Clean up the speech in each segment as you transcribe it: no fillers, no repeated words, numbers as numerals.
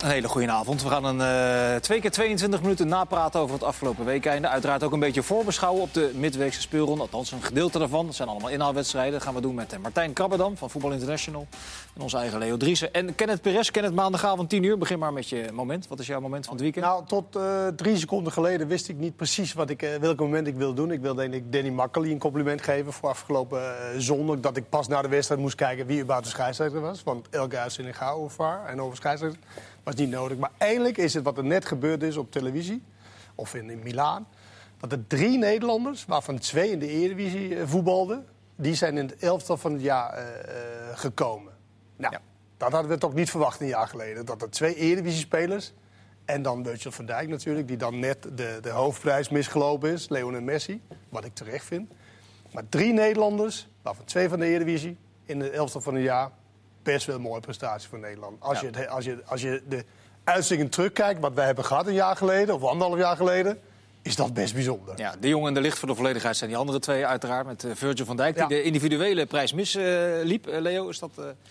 Een hele goede avond. We gaan een 2 keer 22 minuten napraten over het afgelopen weekende. Uiteraard ook een beetje voorbeschouwen op de midweekse speelronde. Althans, een gedeelte daarvan. Dat zijn allemaal inhaalwedstrijden. Dat gaan we doen met Martijn Krabberdam van Voetbal International. En onze eigen Leo Driessen. En Kenneth Perez. Kenneth, maandagavond 10 uur. Begin maar met je moment. Wat is jouw moment van het weekend? Nou, tot 3 seconden geleden wist ik niet precies welk moment ik wilde doen. Ik wilde denk ik Danny Makkely een compliment geven voor afgelopen zondag. Dat ik pas na de wedstrijd moest kijken wie überhaupt de scheidsrechter was. Want elke uitzending gaat over VAR en over scheidsrechter. Was niet nodig. Maar eindelijk is het wat er net gebeurd is op televisie. Of in Milaan. Dat er 3 Nederlanders, waarvan 2 in de Eredivisie voetbalden. Die zijn in het elftal van het jaar gekomen. Nou, ja. Dat hadden we toch niet verwacht een jaar geleden. Dat er 2 Eredivisie-spelers. En dan Virgil van Dijk natuurlijk. Die dan net de hoofdprijs misgelopen is. Lionel Messi. Wat ik terecht vind. Maar 3 Nederlanders, waarvan 2 van de Eredivisie. In het elftal van het jaar. Best wel een mooie prestatie voor Nederland. Als je de uitzending terugkijkt, wat wij hebben gehad een jaar geleden of 1,5 jaar geleden, is dat best bijzonder. Ja, de Jong en de Licht voor de volledigheid zijn die andere 2 uiteraard. Met Virgil van Dijk, die de individuele prijs misliep. Leo, is dat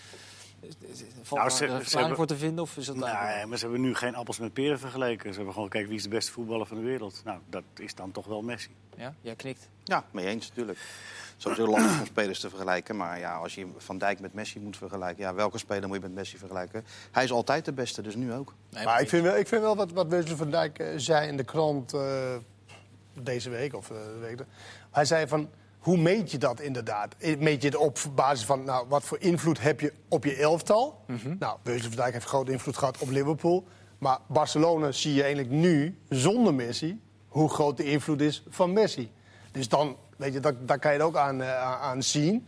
verklaring voor te vinden? Of is dat nee, maar ze hebben nu geen appels met peren vergeleken. Ze hebben gewoon gekeken wie is de beste voetballer van de wereld. Nou, dat is dan toch wel Messi. Ja, jij knikt. Ja, mee eens natuurlijk. Sowieso lastig om spelers te vergelijken. Maar ja, als je Van Dijk met Messi moet vergelijken, ja, welke speler moet je met Messi vergelijken? Hij is altijd de beste, dus nu ook. Nee, maar ik vind wel wat Virgil van Dijk zei in de krant deze week of de week. Hij zei van, hoe meet je dat inderdaad? Meet je het op basis van, nou, wat voor invloed heb je op je elftal? Mm-hmm. Nou, Virgil van Dijk heeft grote invloed gehad op Liverpool. Maar Barcelona zie je eigenlijk nu, zonder Messi, hoe groot de invloed is van Messi. Dus dan, weet je, daar kan je het ook aan zien.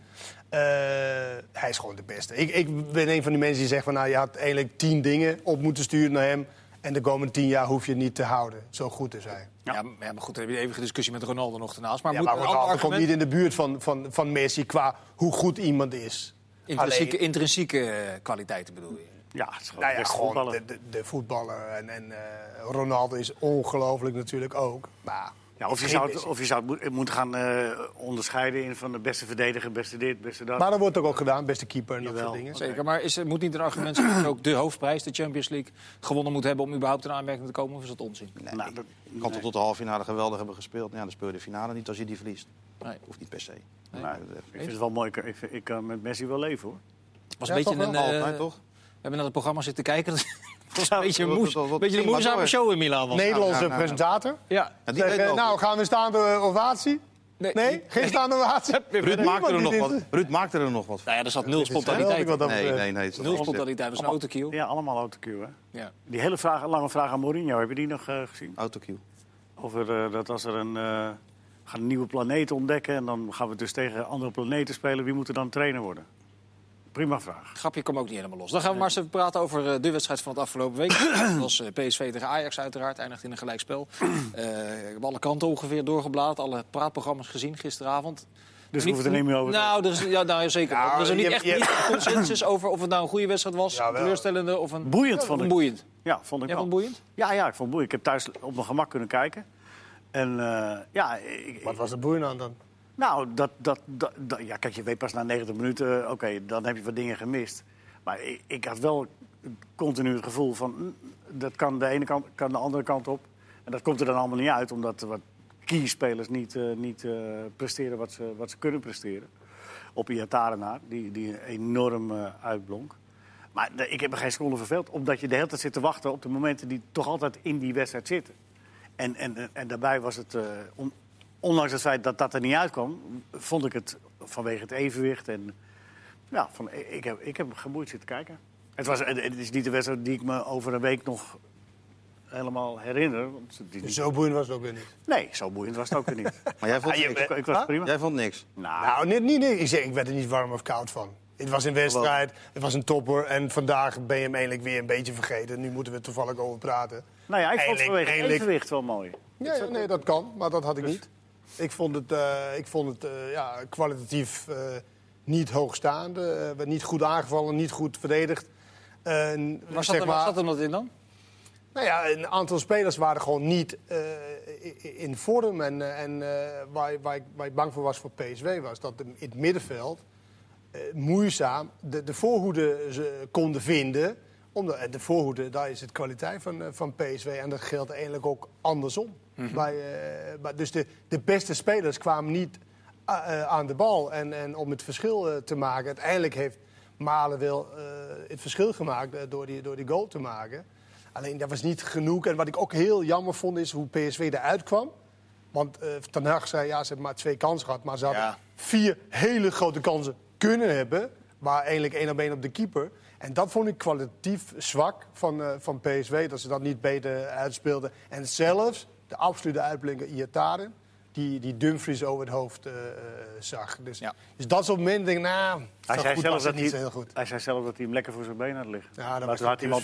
Hij is gewoon de beste. Ik ben een van die mensen die zegt van, nou, je had eigenlijk 10 dingen op moeten sturen naar hem. En de komende 10 jaar hoef je het niet te houden. Zo goed is hij. Ja, maar goed, dan heb je de eeuwige discussie met Ronaldo nog ernaast. Maar, maar Ronaldo komt niet in de buurt van Messi qua hoe goed iemand is. Intrinsieke kwaliteiten bedoel je? Ja, het is gewoon de voetballer. En Ronaldo is ongelooflijk natuurlijk ook. Maar ja, of je zou moeten gaan onderscheiden in van de beste verdediger, beste dit, beste dat. Maar dat wordt ook gedaan, beste keeper en dat soort dingen. Zeker, maar moet niet een argument zijn dat je ook de hoofdprijs, de Champions League, gewonnen moet hebben om überhaupt in aanmerking te komen? Of is dat onzin? Nee, je kan tot de halve finale geweldig hebben gespeeld. Ja, dan speel je de finale niet als je die verliest. Nee. Hoeft niet per se. Nee. Ik vind het wel mooi. Ik kan met Messi wel leven, hoor. Was een beetje toch? We hebben naar het programma zitten kijken. Dat was een beetje een moeizame show in Milaan. Nederlandse presentator. Ja. Nou, gaan we staande ovatie? Nee? Geen staande ovatie? Ruud maakte er nog wat van. Nou ja, er zat 0 spontaniteit. Nee. 0 spontaniteit, dat is een autocue. Ja, allemaal autocue, hè? Ja. Die hele lange vraag aan Mourinho, heb je die nog gezien? Autocue. Over dat als er gaan een nieuwe planeet ontdekken en dan gaan we dus tegen andere planeten spelen. Wie moet er dan trainer worden? Prima vraag. Het grapje kwam ook niet helemaal los. Dan gaan we maar eens even praten over de wedstrijd van het afgelopen week. Dat was PSV tegen Ajax uiteraard. Eindigt in een gelijkspel. Ik heb alle kanten ongeveer doorgebladerd. Alle praatprogramma's gezien gisteravond. Dus we hoeven het er niet meer over. Nou, zeker. Ja, er is niet echt consensus over of het nou een goede wedstrijd was. Teleurstellende of een... Boeiend vond ik. Boeiend. Ja, vond ik wel. Vond boeiend? Ja, ik vond het boeiend. Ik heb thuis op mijn gemak kunnen kijken. En wat was er boeiend aan dan? Nou, ja, kijk, je weet pas na 90 minuten, oké, dan heb je wat dingen gemist. Maar ik had wel continu het gevoel van, dat kan de ene kant, kan de andere kant op. En dat komt er dan allemaal niet uit, omdat wat key-spelers niet presteren wat ze kunnen presteren. Op Iataren die enorm uitblonk. Maar ik heb me geen seconde verveeld, omdat je de hele tijd zit te wachten op de momenten die toch altijd in die wedstrijd zitten. En daarbij was het... Ondanks het feit dat er niet uitkwam, vond ik het vanwege het evenwicht. En ja, ik heb geboeid zitten kijken. Het is niet de wedstrijd die ik me over een week nog helemaal herinner. Zo boeiend was het ook weer niet. Nee, zo boeiend was het ook weer niet. Maar jij vond niks? Ik was prima. Jij vond niks? Nou, niet. Ik werd er niet warm of koud van. Het was een wedstrijd, het was een topper. En vandaag ben je hem eigenlijk weer een beetje vergeten. Nu moeten we er toevallig over praten. Nou ja, ik vond het vanwege het evenwicht wel mooi. Ja, nee, dat kan, maar dat had ik niet. Ik vond het kwalitatief niet hoogstaande. Werd niet goed aangevallen, niet goed verdedigd. Waar zat er nog in dan? Nou ja, een aantal spelers waren gewoon niet in vorm. En waar ik bang voor was voor PSV was dat in het middenveld moeizaam de voorhoede ze konden vinden De voorhoede, daar is het kwaliteit van PSV. En dat geldt eigenlijk ook andersom. Dus de beste spelers kwamen niet aan de bal. En om het verschil te maken... Uiteindelijk heeft Malen wel het verschil gemaakt door die goal te maken. Alleen dat was niet genoeg. En wat ik ook heel jammer vond is hoe PSV eruit kwam. Want Ten Hag zei, ze hebben maar 2 kansen gehad. Maar ze hadden 4 hele grote kansen kunnen hebben. Maar eigenlijk 1 op 1 op de keeper. En dat vond ik kwalitatief zwak van PSV. Dat ze dat niet beter uitspeelden. En zelfs de absolute uitblinker Iataren, die Dumfries over het hoofd zag. Dus dat soort momenten denk ik, hij zei zelf dat niet zo heel goed. Hij zei zelf dat hij hem lekker voor zijn benen had liggen. Ja, dat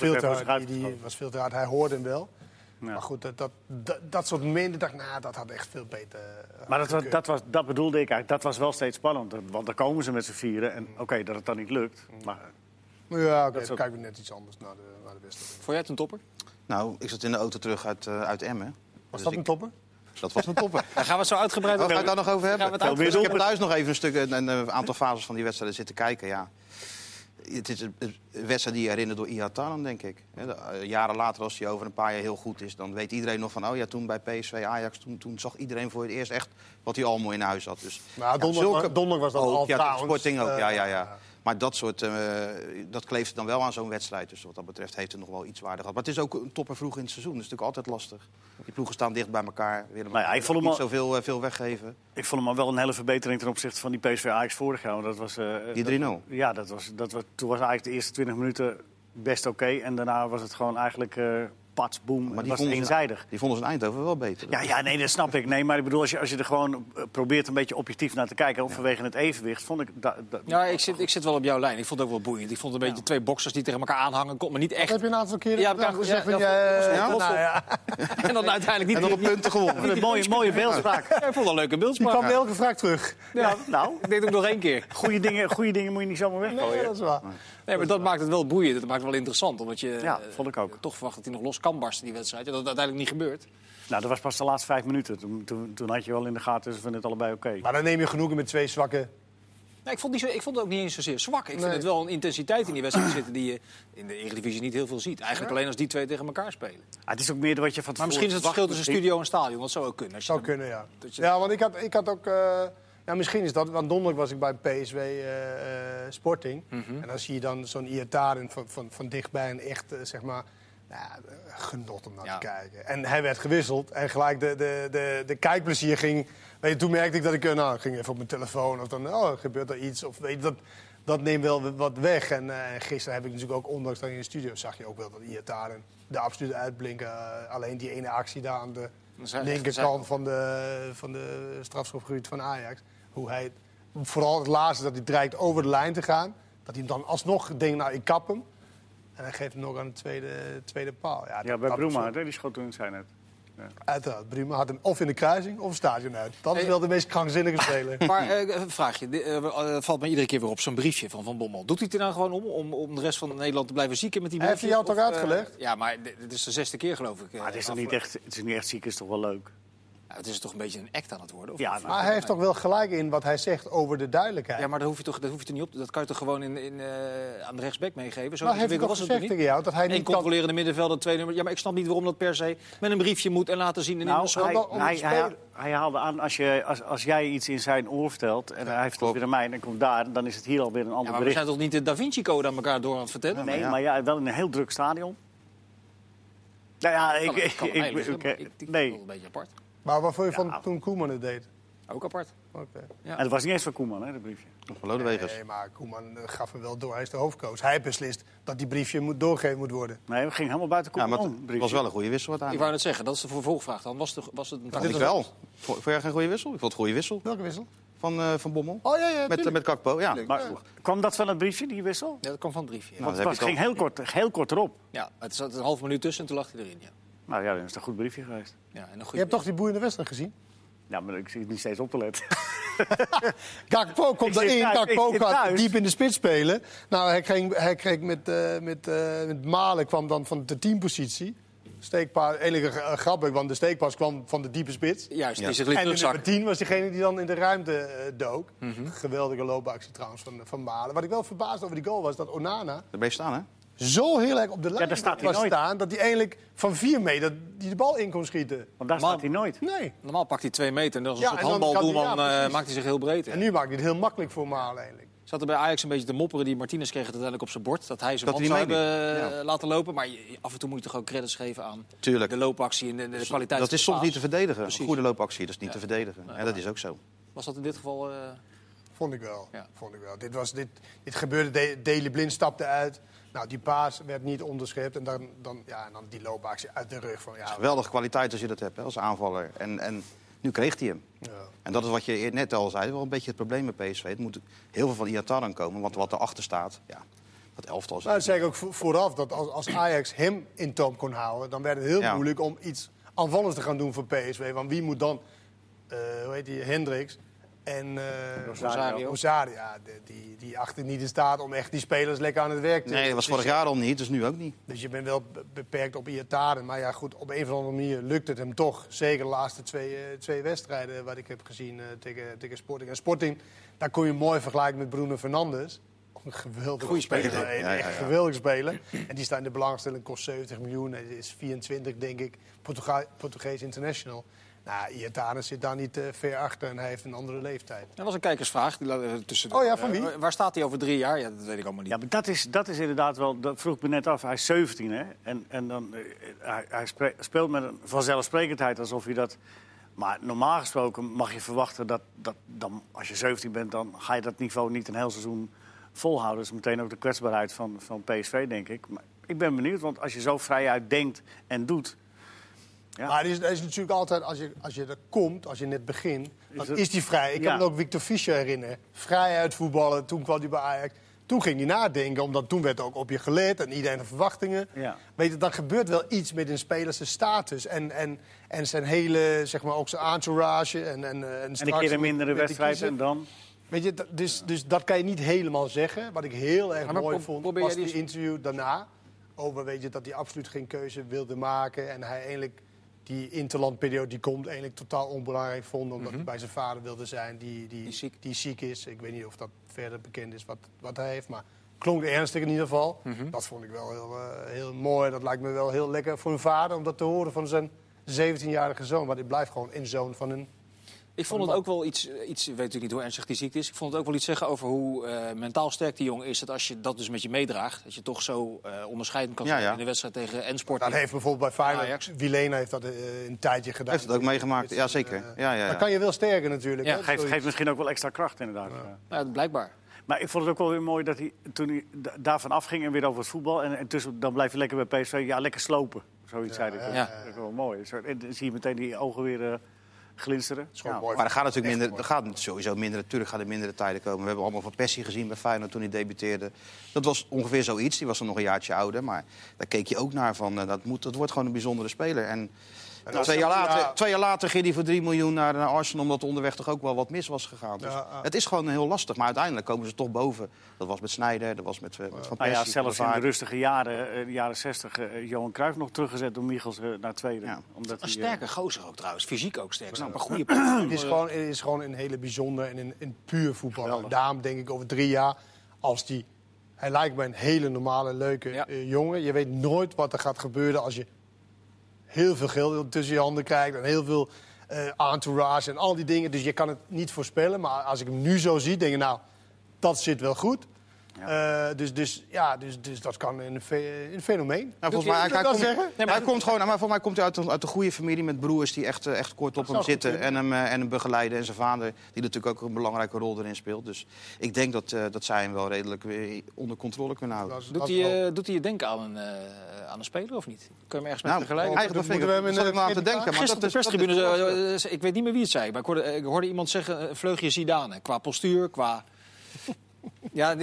was veel te hard. Hij hoorde hem wel. Ja. Maar goed, dat soort momenten dacht ik, dat had echt veel beter. Maar dat bedoelde ik eigenlijk. Dat was wel steeds spannend. Want dan komen ze met z'n vieren. En oké, dat het dan niet lukt. Maar ja, dan kijken we net iets anders naar de wedstrijd. Vond jij het een topper? Nou, ik zat in de auto terug uit Emmen. Was dat een topper? Dat was een topper. Daar gaan we het zo uitgebreid Ga je het daar nog over hebben? Dus ik heb thuis nog even een aantal fases van die wedstrijden zitten kijken. Ja. Het is een wedstrijd die je herinnert door Ihataren, denk ik. Jaren later, als hij over een paar jaar heel goed is... dan weet iedereen nog van, toen bij PSV, Ajax... Toen zag iedereen voor het eerst echt wat hij allemaal in huis had. Dus, donderdag was dat al trouwens. Sporting ook, ja. Maar dat kleeft dan wel aan zo'n wedstrijd. Dus wat dat betreft heeft het nog wel iets waarde gehad. Maar het is ook een topper vroeg in het seizoen. Dat is natuurlijk altijd lastig. Die ploegen staan dicht bij elkaar. Ik vond hem niet zoveel veel weggeven. Ik vond hem al wel een hele verbetering ten opzichte van die PSV Ajax vorig jaar. Dat was, die 3-0? Ja, toen was eigenlijk de eerste 20 minuten best oké. En daarna was het gewoon eigenlijk... pats, boem, maar het was eenzijdig. Die vonden ze in Eindhoven wel beter. Ja, nee, dat snap ik. Nee, maar ik bedoel, als je er gewoon probeert een beetje objectief naar te kijken... vanwege het evenwicht, vond ik... Ik zit wel op jouw lijn. Ik vond het ook wel boeiend. Ik vond het een beetje 2 boxers die tegen elkaar aanhangen. Maar niet echt... Dat heb je een aantal keren gezegd. En dan uiteindelijk niet... En dan op punten gewonnen. Mooie beeldspraak. Ik vond het een leuke beeldspraak. Die kwam bij elke vraag terug. Ja, nou, ik deed ook nog 1 keer. Goeie dingen moet je niet zomaar weggooien. Nee, dat is waar. Nee, maar dat maakt het wel boeiend. Dat maakt het wel interessant. Omdat je vond ik ook. Toch verwacht dat hij nog los kan barsten, die wedstrijd. Dat uiteindelijk niet gebeurt. Nou, dat was pas de laatste 5 minuten. Toen had je wel in de gaten, ze vinden het allebei oké. Maar dan neem je genoegen met 2 zwakke... Nee, ik vond het ook niet eens zozeer zwak. Ik vind het wel een intensiteit in die wedstrijd zitten die je in de Eredivisie niet heel veel ziet. Eigenlijk alleen als die 2 tegen elkaar spelen. Het is ook meer wat je van maar misschien is het verschil tussen studio en stadion. Dat zou ook kunnen. Zou kunnen, ja. Ja, want ik had ook... misschien is dat... Want donderdag was ik bij PSV Sporting. En dan zie je dan zo'n Iataren van dichtbij en echt, zeg maar... genot om naar te kijken. En hij werd gewisseld en gelijk de kijkplezier ging... Weet je, toen merkte ik dat ik ging even op mijn telefoon of dan gebeurt er iets. Of weet je, dat neemt wel wat weg. En gisteren heb ik natuurlijk ook, ondanks dat in de studio zag je ook wel dat Iataren de absolute uitblinken. Alleen die ene actie daar aan de linkerkant van de strafschopgebied van Ajax. Hoe hij, vooral het laatste, dat hij dreigt over de lijn te gaan. Dat hij dan alsnog denkt, ik kap hem. En hij geeft hem nog aan de tweede paal. Ja, bij Bruma, die schoot toen in zijn net. Ja. Uiteraard, Bruma had hem of in de kruising of stadion uit. Dat is wel de meest krankzinnige speler. Maar een vraagje, valt me iedere keer weer op zo'n briefje van Bommel. Doet hij het er nou gewoon om de rest van Nederland te blijven zieken met die briefjes? Heeft hij jou toch uitgelegd? Ja, maar dit is de 6e keer geloof ik. Maar het is niet echt ziek, is toch wel leuk? Ja, het is toch een beetje een act aan het worden? Ja, maar hij heeft toch wel gelijk in wat hij zegt over de duidelijkheid. Ja, maar dat hoef je toch niet op. Dat kan je toch gewoon aan de rechtsback meegeven? Zo maar heeft hij toch gezegd tegen jou dat hij niet controlerende middenvelder, 2 nummers. Ja, maar ik snap niet waarom dat per se met een briefje moet en laten zien. Hij haalde aan, als jij iets in zijn oor vertelt en hij heeft het weer aan mij en dan komt daar, dan is het hier alweer een ander bericht. Maar bericht. we zijn toch niet de Da Vinci-code aan elkaar door aan het vertellen? Nee, maar wel in een heel druk stadion. Nou ja, ik vind het wel een beetje apart. Maar wat vond je van toen Koeman het deed? Ook apart. Okay. Ja. En dat was niet eens van Koeman, hè, dat briefje. Van Lodewegers. Nee, maar Koeman gaf hem wel door. Hij is de hoofdcoach. Hij beslist dat die briefje doorgegeven moet worden. Nee, we gingen helemaal buiten Koeman. Ja, maar het was wel een goede wissel. Ik wou net zeggen, dat is de vervolgvraag dan. Was het een... Dat ik wel. Vond jij geen goede wissel? Ik vond het een goede wissel. Welke wissel? Van Bommel. Oh ja, met Kakpo, ja. Maar kwam dat van het briefje, die wissel? Ja, dat kwam van het briefje. Ja. Want het ging heel kort erop. Ja, het zat een half minuut tussen en toen lag hij erin, ja. Nou ja, dan is het een goed briefje geweest. Ja, en je hebt toch die boeiende wedstrijd gezien? Ja, maar ik zit niet steeds op te letten. Kakpo komt erin. Kakpo gaat diep in de spits spelen. Nou, hij kreeg met Malen kwam dan van de teampositie. Steekpaas, enige grappig, want de steekpaas kwam van de diepe spits. Juist, die zich liet en terugzakken. nummer 10 was degene die dan in de ruimte dook. Geweldige loopactie trouwens van Malen. Wat ik wel verbaasd over die goal was dat Onana... Daar ben je staan, hè? zo heel erg op de lijn daar staat hij was nooit. staan... dat hij eigenlijk van 4 meter die de bal in kon schieten. Want daar staat hij nooit. Nee. Normaal pakt hij 2 meter en als een Ja, soort en dan handbaldoelman kan hij- ja, precies. maakt hij zich heel breed. En nu maakt hij het heel makkelijk voor Malen eigenlijk. Zat er bij Ajax een beetje te mopperen. Die Martinez kreeg het uiteindelijk op zijn bord. Dat hij zijn Dat man hij zou niet hebben meeliep. laten lopen. Maar af en toe moet je toch ook credits geven aan Tuurlijk. de loopactie en de kwaliteit Dat van is de soms paas. niet te verdedigen. Precies. Een goede loopactie, dat is niet te verdedigen. En dat is ook zo. Was dat in dit geval... Vond ik wel. Ja. Vond ik wel. Dit gebeurde, Daley Blind stapte uit. Nou, die paas werd niet onderschept. En dan die loopactie uit de rug. Van, ja, Geweldige kwaliteit als je dat hebt hè, als aanvaller. En nu kreeg hij hem. ja. En dat is wat je net al zei, wel een beetje het probleem met PSV. Het moet heel veel van Iataren komen, want wat erachter staat, ja, dat elftal is... Nou, dat zei ik ook vooraf, dat als Ajax hem in toom kon houden... dan werd het heel Ja. moeilijk om iets aanvallends te gaan doen voor PSV. Want wie moet dan, hoe heet die, Hendricks en Rosario. Rosario, ja, die achter niet in staat om echt die spelers lekker aan het werk te... Nee, dat was vorig jaar al niet, dus nu ook niet. Dus je bent wel beperkt op Iataren. Maar ja, goed, op een of andere manier lukt het hem toch. Zeker de laatste twee wedstrijden wat ik heb gezien tegen Sporting. En Sporting, daar kon je mooi vergelijken met Bruno Fernandes. Een geweldige Goeie speler. speler. Ja, ja, ja. Echt geweldig speler. En die staat in de belangstelling, kost 70 miljoen. Hij is 24, denk ik. Portugees international. Nou, Iataren zit daar niet ver achter en hij heeft een andere leeftijd. Dat was een kijkersvraag. Tussen Oh ja, van wie? waar staat hij over 3 jaar? Ja, dat weet ik allemaal niet. Ja, maar dat is inderdaad wel... Dat vroeg ik me net af. Hij is 17, hè? En dan, hij speelt met een vanzelfsprekendheid alsof hij dat... Maar normaal gesproken mag je verwachten dat dan, als je 17 bent... dan ga je dat niveau niet een heel seizoen volhouden. Dat is meteen ook de kwetsbaarheid van PSV, denk ik. Maar ik ben benieuwd, want als je zo vrijuit denkt en doet... Ja. Maar het is natuurlijk altijd, als je er komt, als je net begint, dan het- is die vrij. Ik Ja. kan me ook Victor Fischer herinneren. Vrij uit voetballen, toen kwam hij bij Ajax. Toen ging hij nadenken, omdat toen werd ook op je gelet en iedereen de verwachtingen. Ja. Weet je, dan gebeurt wel iets met een speler zijn status. En zijn hele, zeg maar, ook zijn entourage. En En een straks keer een mindere met de wedstrijd kiezer. en dan... Weet je, dus dat kan je niet helemaal zeggen. Wat ik heel erg Maar mooi vond, probeer was jij die die- interview daarna. Over, weet je, dat hij absoluut geen keuze wilde maken. En hij eigenlijk die interlandperiode die komt eigenlijk totaal onbelangrijk vond. Omdat hij bij zijn vader wilde zijn die ziek is. Ik weet niet of dat verder bekend is wat hij heeft. Maar klonk ernstig in ieder geval. Dat vond ik wel heel mooi. Dat lijkt me wel heel lekker voor een vader om dat te horen van zijn 17-jarige zoon. Want hij blijft gewoon een zoon van een... Ik vond het ook wel iets, ik weet natuurlijk niet hoe ernstig die ziekte is. Ik vond het ook wel iets zeggen over hoe mentaal sterk die jongen is. Dat als je dat dus met je meedraagt, dat je toch zo onderscheidend kan Ja, zijn ja. in de wedstrijd tegen N-Sporting. Dat heeft bijvoorbeeld bij Feyenoord, Ajax. Vilena heeft dat een tijdje gedaan. Heeft het ook meegemaakt, ja zeker. Ja. Dan kan je wel sterker natuurlijk. Ja, hè, Geeft zoiets. misschien ook wel extra kracht, inderdaad. Ja. Ja, blijkbaar. Maar ik vond het ook wel weer mooi dat hij, toen hij daarvan afging en weer over het voetbal... en tussen, dan blijf je lekker bij PSV, ja, lekker slopen. Zoiets zei hij. ja. Dat is wel mooi. En dan zie je meteen die ogen weer glinsteren. is gewoon Ja. mooi. Maar er gaat natuurlijk Echt minder, er gaat sowieso minder, natuurlijk gaat er mindere tijden komen. We hebben allemaal Van Persie gezien bij Feyenoord toen hij debuteerde. Dat was ongeveer zoiets, die was dan nog een jaartje ouder. Maar daar keek je ook naar van, dat wordt gewoon een bijzondere speler. En dat 2 is- jaar later ging hij voor 3 miljoen naar Arsenal... omdat onderweg toch ook wel wat mis was gegaan. Dus het is gewoon heel lastig. Maar uiteindelijk komen ze toch boven. Dat was met Sneijder, dat was met Van Persie. Nou ja, zelfs in de Vaart. rustige jaren, de jaren 60, Johan Cruijff nog teruggezet door Michels naar tweede. Ja. Omdat Een hij, sterke gozer ook trouwens. Fysiek ook sterk. Snap, een goede Het is gewoon een hele bijzonder en een puur voetballer. Geweldig. Daarom denk ik over 3 jaar, als die... Hij lijkt mij een hele normale, leuke Ja. jongen. Je weet nooit wat er gaat gebeuren als je heel veel geld tussen je handen krijgt. En heel veel entourage en al die dingen. Dus je kan het niet voorspellen. Maar als ik hem nu zo zie, denk ik, nou, dat zit wel goed. Dus dat kan een fenomeen. Nou, volgens mij, hij komt gewoon, maar volgens mij komt hij uit een goede familie met broers die echt kort op hem zou zitten goed en hem begeleiden. En zijn vader, die natuurlijk ook een belangrijke rol erin speelt. Dus ik denk dat zij hem wel redelijk weer onder controle kunnen houden. Doet hij je denken aan een speler of niet? Kun je hem ergens mee vergelijken? Eigenlijk moeten we hem in zat ik de maar aan te denken. Maar Gisteren op de dat is- perstribune, ik weet niet meer wie het zei, maar ik hoorde iemand zeggen een vleugje Zidane. Qua postuur, qua... Ja,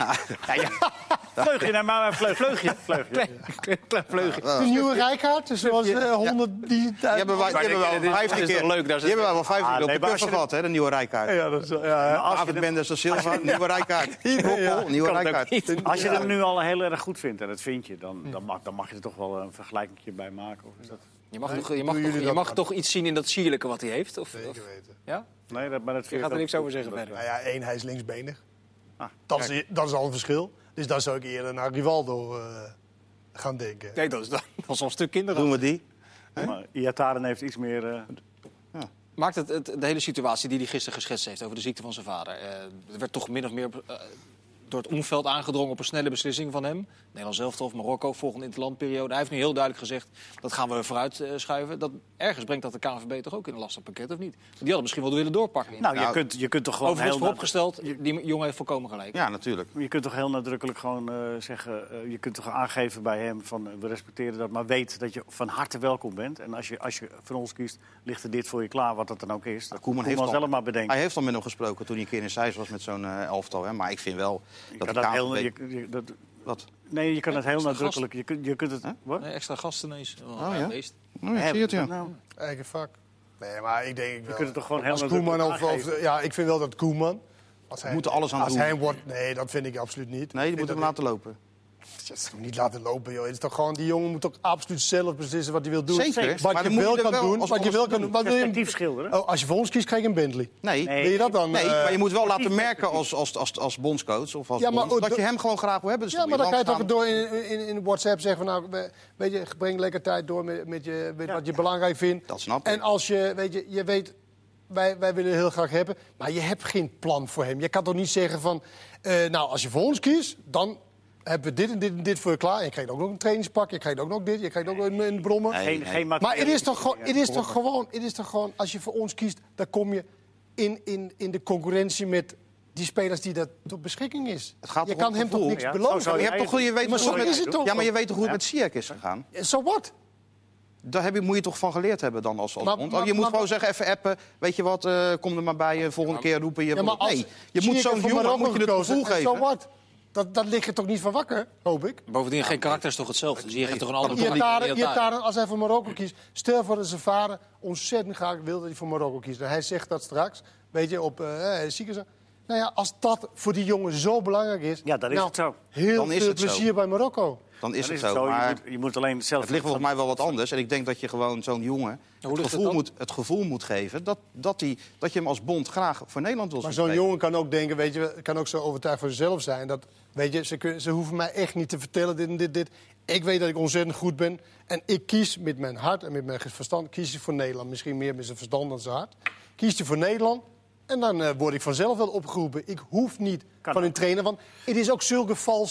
Vleugje, nee, maar vleugje. klein vleugje. De nieuwe Rijkaard, zoals 100 die Die hebben wij wel 15 is toch keer. leuk, daar Die hebben wij wel 15 keer op nee, de maar als kuffer je gehad, hè, de nieuwe Rijkaard. Ja, dat is, ja. David Mendes als Silva, nieuwe Rijkaard. Roppel, nieuwe Rijkaard. Als je hem nu al heel erg goed vindt, en dat vind je, dan mag je er toch wel een vergelijking bij maken. Of is dat... Je mag toch iets zien in dat sierlijke wat hij heeft? Of, Zeker weten. ja? Nee, maar dat Je gaat er niks over zeggen verder. Nou ja, hij is linksbenig. Ah, Dat is al een verschil. Dus dan zou ik eerder naar Rivaldo gaan denken. Nee, dat is al een stuk kinderachtig. Doen we die? Maar Iataren heeft iets meer... Maakt de hele situatie die hij gisteren geschetst heeft over de ziekte van zijn vader... er werd toch min of meer door het omveld aangedrongen op een snelle beslissing van hem. Nederland zelf of Marokko, volgende interlandperiode. Hij heeft nu heel duidelijk gezegd, dat gaan we vooruit schuiven. Dat, ergens brengt dat de KNVB toch ook in een lastig pakket, of niet? Die hadden misschien wel willen doorpakken. Nou, je kunt toch gewoon overigens vooropgesteld, die jongen heeft volkomen gelijk. Ja, natuurlijk. Je kunt toch heel nadrukkelijk gewoon zeggen... je kunt toch aangeven bij hem van we respecteren dat... maar weet dat je van harte welkom bent. En als je van ons kiest, ligt er dit voor je klaar, wat dat dan ook is. Dat Koeman heeft zelf maar bedenken. Hij heeft al met hem gesproken toen hij een keer in Zeist was met zo'n elftal. Hè. Maar ik vind wel dat de KNVB... Wat? Nee, je kan het heel nadrukkelijk... Je kunt het... Wat? Nee, extra gasten ineens. Oh, ja? Beest. Oh, ik zie het, ja. Nou, Eigen vak. Nee, maar ik denk wel... je kunt het toch gewoon heel als nadrukkelijk Koeman aangeven. ja, ik vind wel dat Koeman... We moeten alles aan als doen. hij wordt... Nee, dat vind ik absoluut niet. Nee, die moeten we laten lopen. Dat is niet laten lopen, joh. Het is toch gewoon, die jongen moet toch absoluut zelf beslissen wat hij wil doen. Zeker. Wat Maar je dan wel moet je kan er wel doen. als Wat je wel kan doen. Wat wil je... Perspectief schilderen. Oh, als je voor ons kiest, krijg je een Bentley. Nee. Wil je dat dan? Nee, maar je moet wel laten merken als bondscoach of als Ja, maar bond, dat je hem gewoon graag wil hebben. Dus Ja, maar dan kan je toch toch door in WhatsApp zeggen van... nou, weet je, breng lekker tijd door met wat je belangrijk vindt. Dat snap ik. En als je weet... Wij willen heel graag hebben, maar je hebt geen plan voor hem. Je kan toch niet zeggen van... nou, als je voor ons kiest, dan... hebben we dit en dit en dit voor je klaar. Je krijgt ook nog een trainingspak, je krijgt ook nog dit, je krijgt ook nog een brommer. Geen maar het is toch gewoon, als je voor ons kiest, dan kom je in de concurrentie met die spelers die dat tot beschikking is. Het gaat je toch kan om hem toch gevoel? niks Ja, beloven? zo Je weet Maar toch zo is het toch? Ja, maar je weet toch hoe het met Ziyech is gegaan? So what? Daar moet je toch van geleerd hebben dan als bond? maar- Je moet maar- gewoon zeggen, even appen. Weet je wat, kom er maar bij. Volgende keer roepen je... Ja, maar als nee, je moet Ziyech zo'n voor jongen Marokko moet je het gekozen, gevoel en geven. So what? Dat ligt er toch niet van wakker, hoop ik? Bovendien, geen karakter is toch hetzelfde? Zie je geeft toch een andere Iataren, als hij voor Marokko kiest... Stel voor dat zijn vader ontzettend graag wil dat hij voor Marokko kiest. En hij zegt dat straks, weet je, op ziekenhuis. Nou ja, als dat voor die jongen zo belangrijk is... Ja, dan is het zo. Heel Dan is veel het zo. plezier bij Marokko. Dan is Dan het zo. Je Maar je moet alleen zelf... het ligt volgens mij wel wat anders. En ik denk dat je gewoon zo'n jongen het gevoel moet geven... dat je hem als bond graag voor Nederland wil Maar zien zo'n spelen. jongen kan ook denken, weet je, kan ook zo overtuigd van zichzelf zijn. Dat, weet je, ze hoeven mij echt niet te vertellen dit en dit. Ik weet dat ik ontzettend goed ben. En ik kies met mijn hart en met mijn verstand kies ik voor Nederland. Misschien meer met zijn verstand dan zijn hart. Kies je voor Nederland. En dan word ik vanzelf wel opgeroepen. Ik hoef niet van een trainer. Want het is ook zulke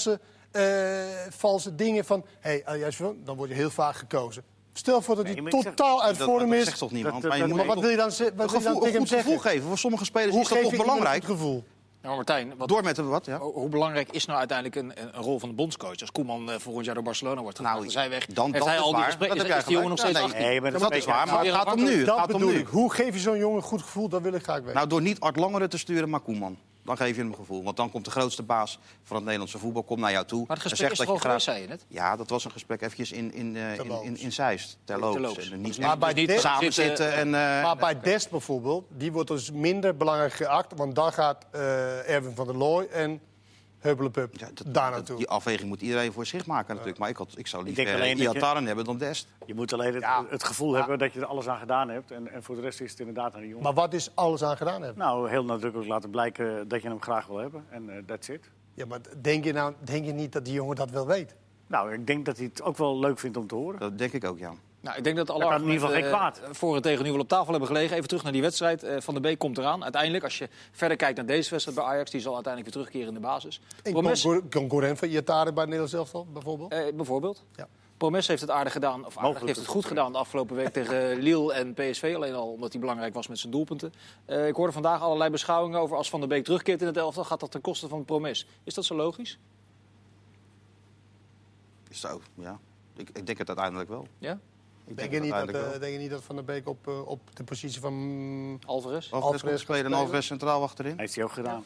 valse dingen van... dan word je heel vaak gekozen. Stel voor dat hij totaal uit vorm Dat is. zegt toch niemand? Maar wat wil je dan tegen hem Een zeggen? gevoel geven. Voor sommige spelers Hoe is dat geef toch je iemand belangrijk. het gevoel? Ja, maar Martijn, Door met wat, ja. hoe belangrijk is nou uiteindelijk een rol van de bondscoach? Als Koeman volgend jaar door Barcelona wordt gegaan, dan zij weg. Dan heeft dat hij is al die waar. gesprekken? Dat heb Is jij die jongen nog steeds gelijk. 18? Nee, maar Dat is waar, maar het gaat om nu. Het Dat gaat om bedoel nu. ik. Hoe geef je zo'n jongen een goed gevoel? Dat wil ik graag weten. Nou, door niet Art Langeren te sturen, maar Koeman. Dan geef je hem een gevoel. Want dan komt de grootste baas van het Nederlandse voetbal naar jou toe. Maar het en gesprek zegt is dat toch je al graag... geweest, zei je net? Ja, dat was een gesprek eventjes in Zeist. Terloops. En niet Maar bij dit samen zitten en... maar bij Dest bijvoorbeeld, die wordt dus minder belangrijk geacht. Want dan gaat Erwin van der Looy en Huppelepup daar naartoe. Die afweging moet iedereen voor zich maken natuurlijk. Maar ik zou denk liever alleen dat je- Iataren hebben dan Dest. Je moet alleen het gevoel hebben dat je er alles aan gedaan hebt. En voor de rest is het inderdaad aan die jongen. Maar wat is alles aan gedaan hebben? Nou, heel nadrukkelijk laten blijken dat je hem graag wil hebben. En that's it. Ja, maar denk je niet dat die jongen dat wel weet? Nou, ik denk dat hij het ook wel leuk vindt om te horen. Dat denk ik ook, ja. Nou, ik denk dat alle Dat kan in ieder geval argumenten geen kwaad. voor en tegen nu wel op tafel hebben gelegen. Even terug naar die wedstrijd. Van der Beek komt eraan. Uiteindelijk, als je verder kijkt naar deze wedstrijd bij Ajax... die zal uiteindelijk weer terugkeren in de basis. En concurrent van Iataren bij het Nederlands elftal bijvoorbeeld? Bijvoorbeeld. Ja. Promes heeft het aardig gedaan, of aardig, heeft het goed gedaan de afgelopen week tegen Lille en PSV. Alleen al omdat hij belangrijk was met zijn doelpunten. Ik hoorde vandaag allerlei beschouwingen over als Van der Beek terugkeert in het elftal, gaat dat ten koste van Promes. Is dat zo logisch? Zo, ja. Ik denk het uiteindelijk wel. Ja? Denk je niet dat Van der Beek op de positie van... Alvarez? Alvarez moet spelen en Alvarez centraal achterin. Heeft hij ook gedaan.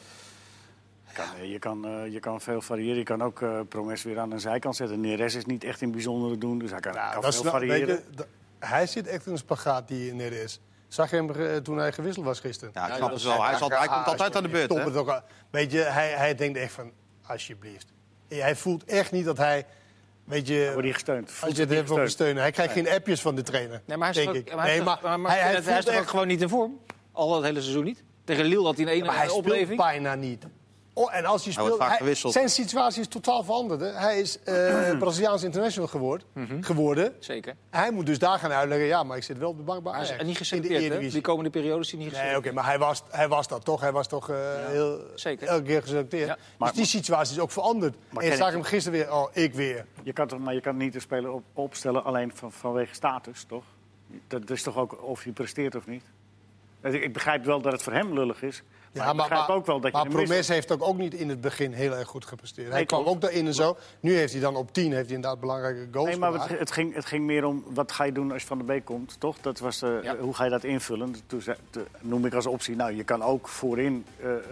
Je kan veel variëren. Je kan ook Promes weer aan de zijkant zetten. Neres is niet echt in bijzondere doen, dus hij kan veel variëren. Hij zit echt in een spagaat die Neres. Zag je hem toen hij gewisseld was gisteren? Ja, ik snap het wel. Hij komt altijd aan de beurt, hè? Weet je, hij denkt echt van, alsjeblieft. Hij voelt echt niet dat hij... Weet je, Wordt hij gesteund? als je het hebt over steunen. Hij krijgt geen appjes van de trainer. Nee, maar denk ik. hij is toch ook gewoon niet in vorm? Al het hele seizoen niet? Tegen Lille had hij een Maar hij ene opleving. speelt bijna niet. Oh, en als hij wordt speelt, vaak gewisseld. zijn situatie is totaal veranderd. Hè. Hij is Braziliaans international geworden. Zeker. Hij moet dus daar gaan uitleggen. Ja, maar ik zit wel op de bank bij Hij Ajax. is niet in de geselecteerd, hè? Eredivisie. Die komende periode is hij niet Nee, geselecteerd. oké, maar hij was dat toch? Hij was toch heel Zeker. elke keer geselecteerd. Ja. Dus die situatie is ook veranderd. Maar En je ken zag ik- hem gisteren weer. Oh, ik weer. Maar je kan niet de speler opstellen alleen vanwege status, toch? Dat is toch ook of hij presteert of niet? Ik begrijp wel dat het voor hem lullig is. Maar ik begrijp ook wel dat je maar hem mist. Promes heeft ook niet in het begin heel erg goed gepresteerd. Hij Nee, kwam klopt. ook daarin en zo. Nu heeft hij dan op 10 heeft hij inderdaad belangrijke goals Nee, maar gemaakt. het ging meer om wat ga je doen als je van de Beek komt, toch? Dat was Ja. hoe ga je dat invullen? Toen noem ik als optie, nou, je kan ook voorin,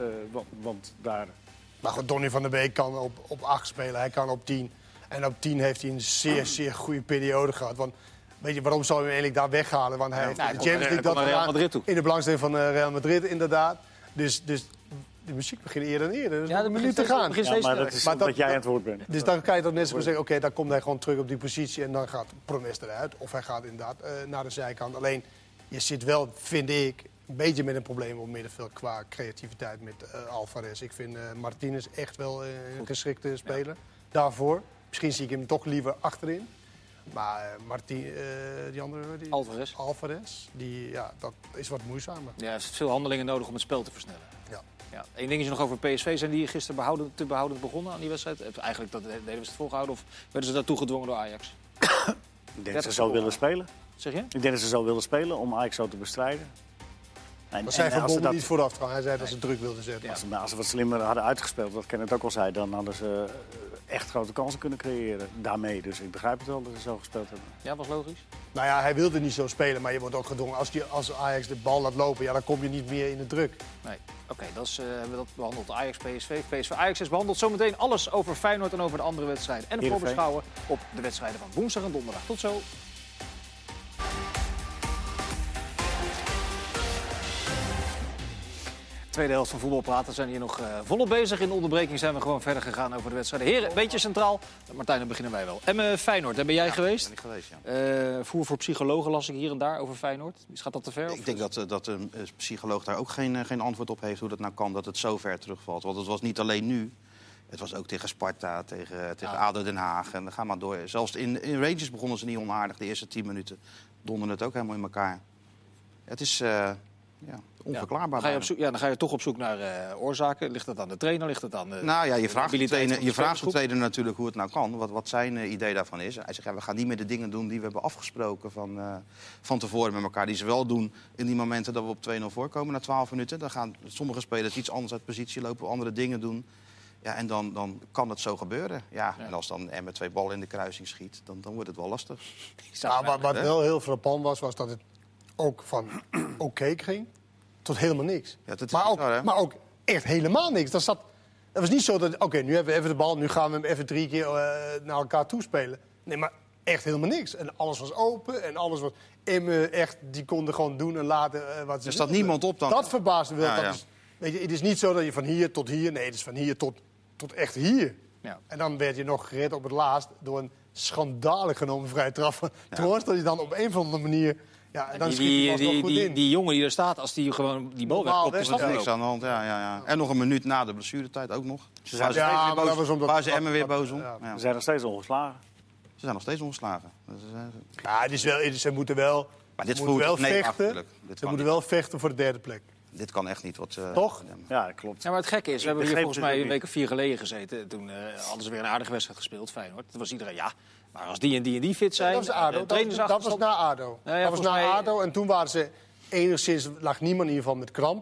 want daar... Maar goed, Donny van der Beek kan op 8 spelen. Hij kan op 10. En op 10 heeft hij een zeer, zeer goede periode gehad. Want weet je, waarom zou je hem eigenlijk daar weghalen? Want hij heeft hij de kon Champions naar- League hij kon naar Real Madrid toe. in de belangstelling van Real Madrid, inderdaad. Dus de muziek begint eerder en eerder. Dus Ja, nog een minuut te gaan. begint Ja, steeds maar sneller. dat is Maar omdat dat- jij dat- aan het woord bent. Dus dan kan je toch net zo goed zeggen, oké, dan komt hij gewoon terug op die positie en dan gaat Promes eruit. Of hij gaat inderdaad naar de zijkant. Alleen, je zit wel, vind ik, een beetje met een probleem op middenveld qua creativiteit met Alvarez. Ik vind Martinez echt wel een geschikte speler daarvoor. Misschien zie ik hem toch liever achterin. Maar die andere, Alvarez, dat is wat moeizamer. Ja, hij heeft veel handelingen nodig om het spel te versnellen. Ja. Ja. Eén dingetje nog over PSV. Zijn die gisteren te behoudend begonnen aan die wedstrijd? Eigenlijk dat deden we het volgehouden of werden ze daartoe gedwongen door Ajax? Ik denk dat ze zo willen spelen. Zeg je? Ik denk dat ze zo willen spelen om Ajax zo te bestrijden. Maar zij als ze verbonden dat- niet vooraf gaan. Hij zei dat ze druk wilden zetten. Ja. Als ze wat slimmer hadden uitgespeeld, wat Kenneth ook al zei, dan hadden ze echt grote kansen kunnen creëren daarmee. Dus ik begrijp het wel dat ze zo gespeeld hebben. Ja, was logisch. Nou ja, hij wilde niet zo spelen, maar je wordt ook gedwongen. Als Ajax de bal laat lopen, ja, dan kom je niet meer in de druk. Nee. Oké, hebben we dat behandeld. Ajax, PSV. PSV Ajax is behandeld. Zometeen alles over Feyenoord en over de andere wedstrijden. En de Heerenveen. voorbeschouwen op de wedstrijden van woensdag en donderdag. Tot zo. Tweede helft van Voetbal Praten zijn hier nog volop bezig. In de onderbreking zijn we gewoon verder gegaan over de wedstrijden. Heren, een beetje centraal. Martijn, dan beginnen wij wel. Feyenoord, daar ben jij geweest? Ben ik geweest, ja. Voer voor psychologen las ik hier en daar over Feyenoord. Gaat dat te ver? Ik denk dat een psycholoog daar ook geen antwoord op heeft hoe dat nou kan dat het zo ver terugvalt. Want het was niet alleen nu. Het was ook tegen Sparta, tegen ADO Den Haag. En dan ga maar door. Zelfs in Rangers begonnen ze niet onaardig. De eerste 10 minuten donderen het ook helemaal in elkaar. Het is onverklaarbaar. Dan ga je toch op zoek naar oorzaken. Ligt dat aan de trainer? Ligt dat aan de Nou ja, je vraagt de mobiliteit van de trainer spelersgroep? natuurlijk hoe het nou kan. Wat zijn idee daarvan is. Hij zegt, ja, we gaan niet meer de dingen doen die we hebben afgesproken van tevoren met elkaar. Die ze wel doen in die momenten dat we op 2-0 voorkomen na 12 minuten. Dan gaan sommige spelers iets anders uit positie lopen, andere dingen doen. Ja, en dan kan het zo gebeuren. Ja, en als dan Emmen 2 ballen in de kruising schiet, dan wordt het wel lastig. Maar wat wel heel frappant was dat het ook van oké ging tot helemaal niks. Ja, dat is maar, bizar, hè? maar ook echt helemaal niks. Dat was niet zo dat, oké, nu hebben we even de bal, nu gaan we hem even 3 keer naar elkaar toespelen. Nee, maar echt helemaal niks. En alles was open en alles was... Emmen echt, die konden gewoon doen en laten wat ze Er staat wilden. niemand op dan? Dat verbaasde me wel. Ja, Dat ja. is, weet je, het is niet zo dat je van hier tot hier... Nee, het is van hier tot echt hier. Ja. En dan werd je nog gered op het laatst door een schandalig genomen vrije trap van Trost. Dat je dan op een of andere manier... Ja, en dan schiet je alsnog goed in. Die jongen die er staat, als die gewoon die bal Normaal, wegkopt, is hè? dat Niks aan de hand, ja. En nog een minuut na de blessuretijd ook nog. zijn Ja, maar dat was omdat... Waar ze Emmen weer boos om. Ja. Ja. Ze zijn nog steeds ongeslagen. Ze zijn nog steeds ongeslagen. Dus, Ja, het is wel, ze moeten wel, maar dit ze moeten voelt wel nee, vechten. achterlijk. Dit Ze kan moeten niet. wel vechten voor de derde plek. Dit kan echt niet. Toch? Ja, dat klopt. Ja, maar het gekke is, we hebben hier begreep volgens mij het een ook week of 4 geleden gezeten. Toen hadden ze weer een aardige wedstrijd gespeeld, Feyenoord. Toen was iedereen, ja, maar als die en die fit zijn... Dat was ADO. Dat was na ADO. Nou ja, dat was volgens na mij- ADO. En toen waren ze enigszins... lag niemand in ieder geval met kramp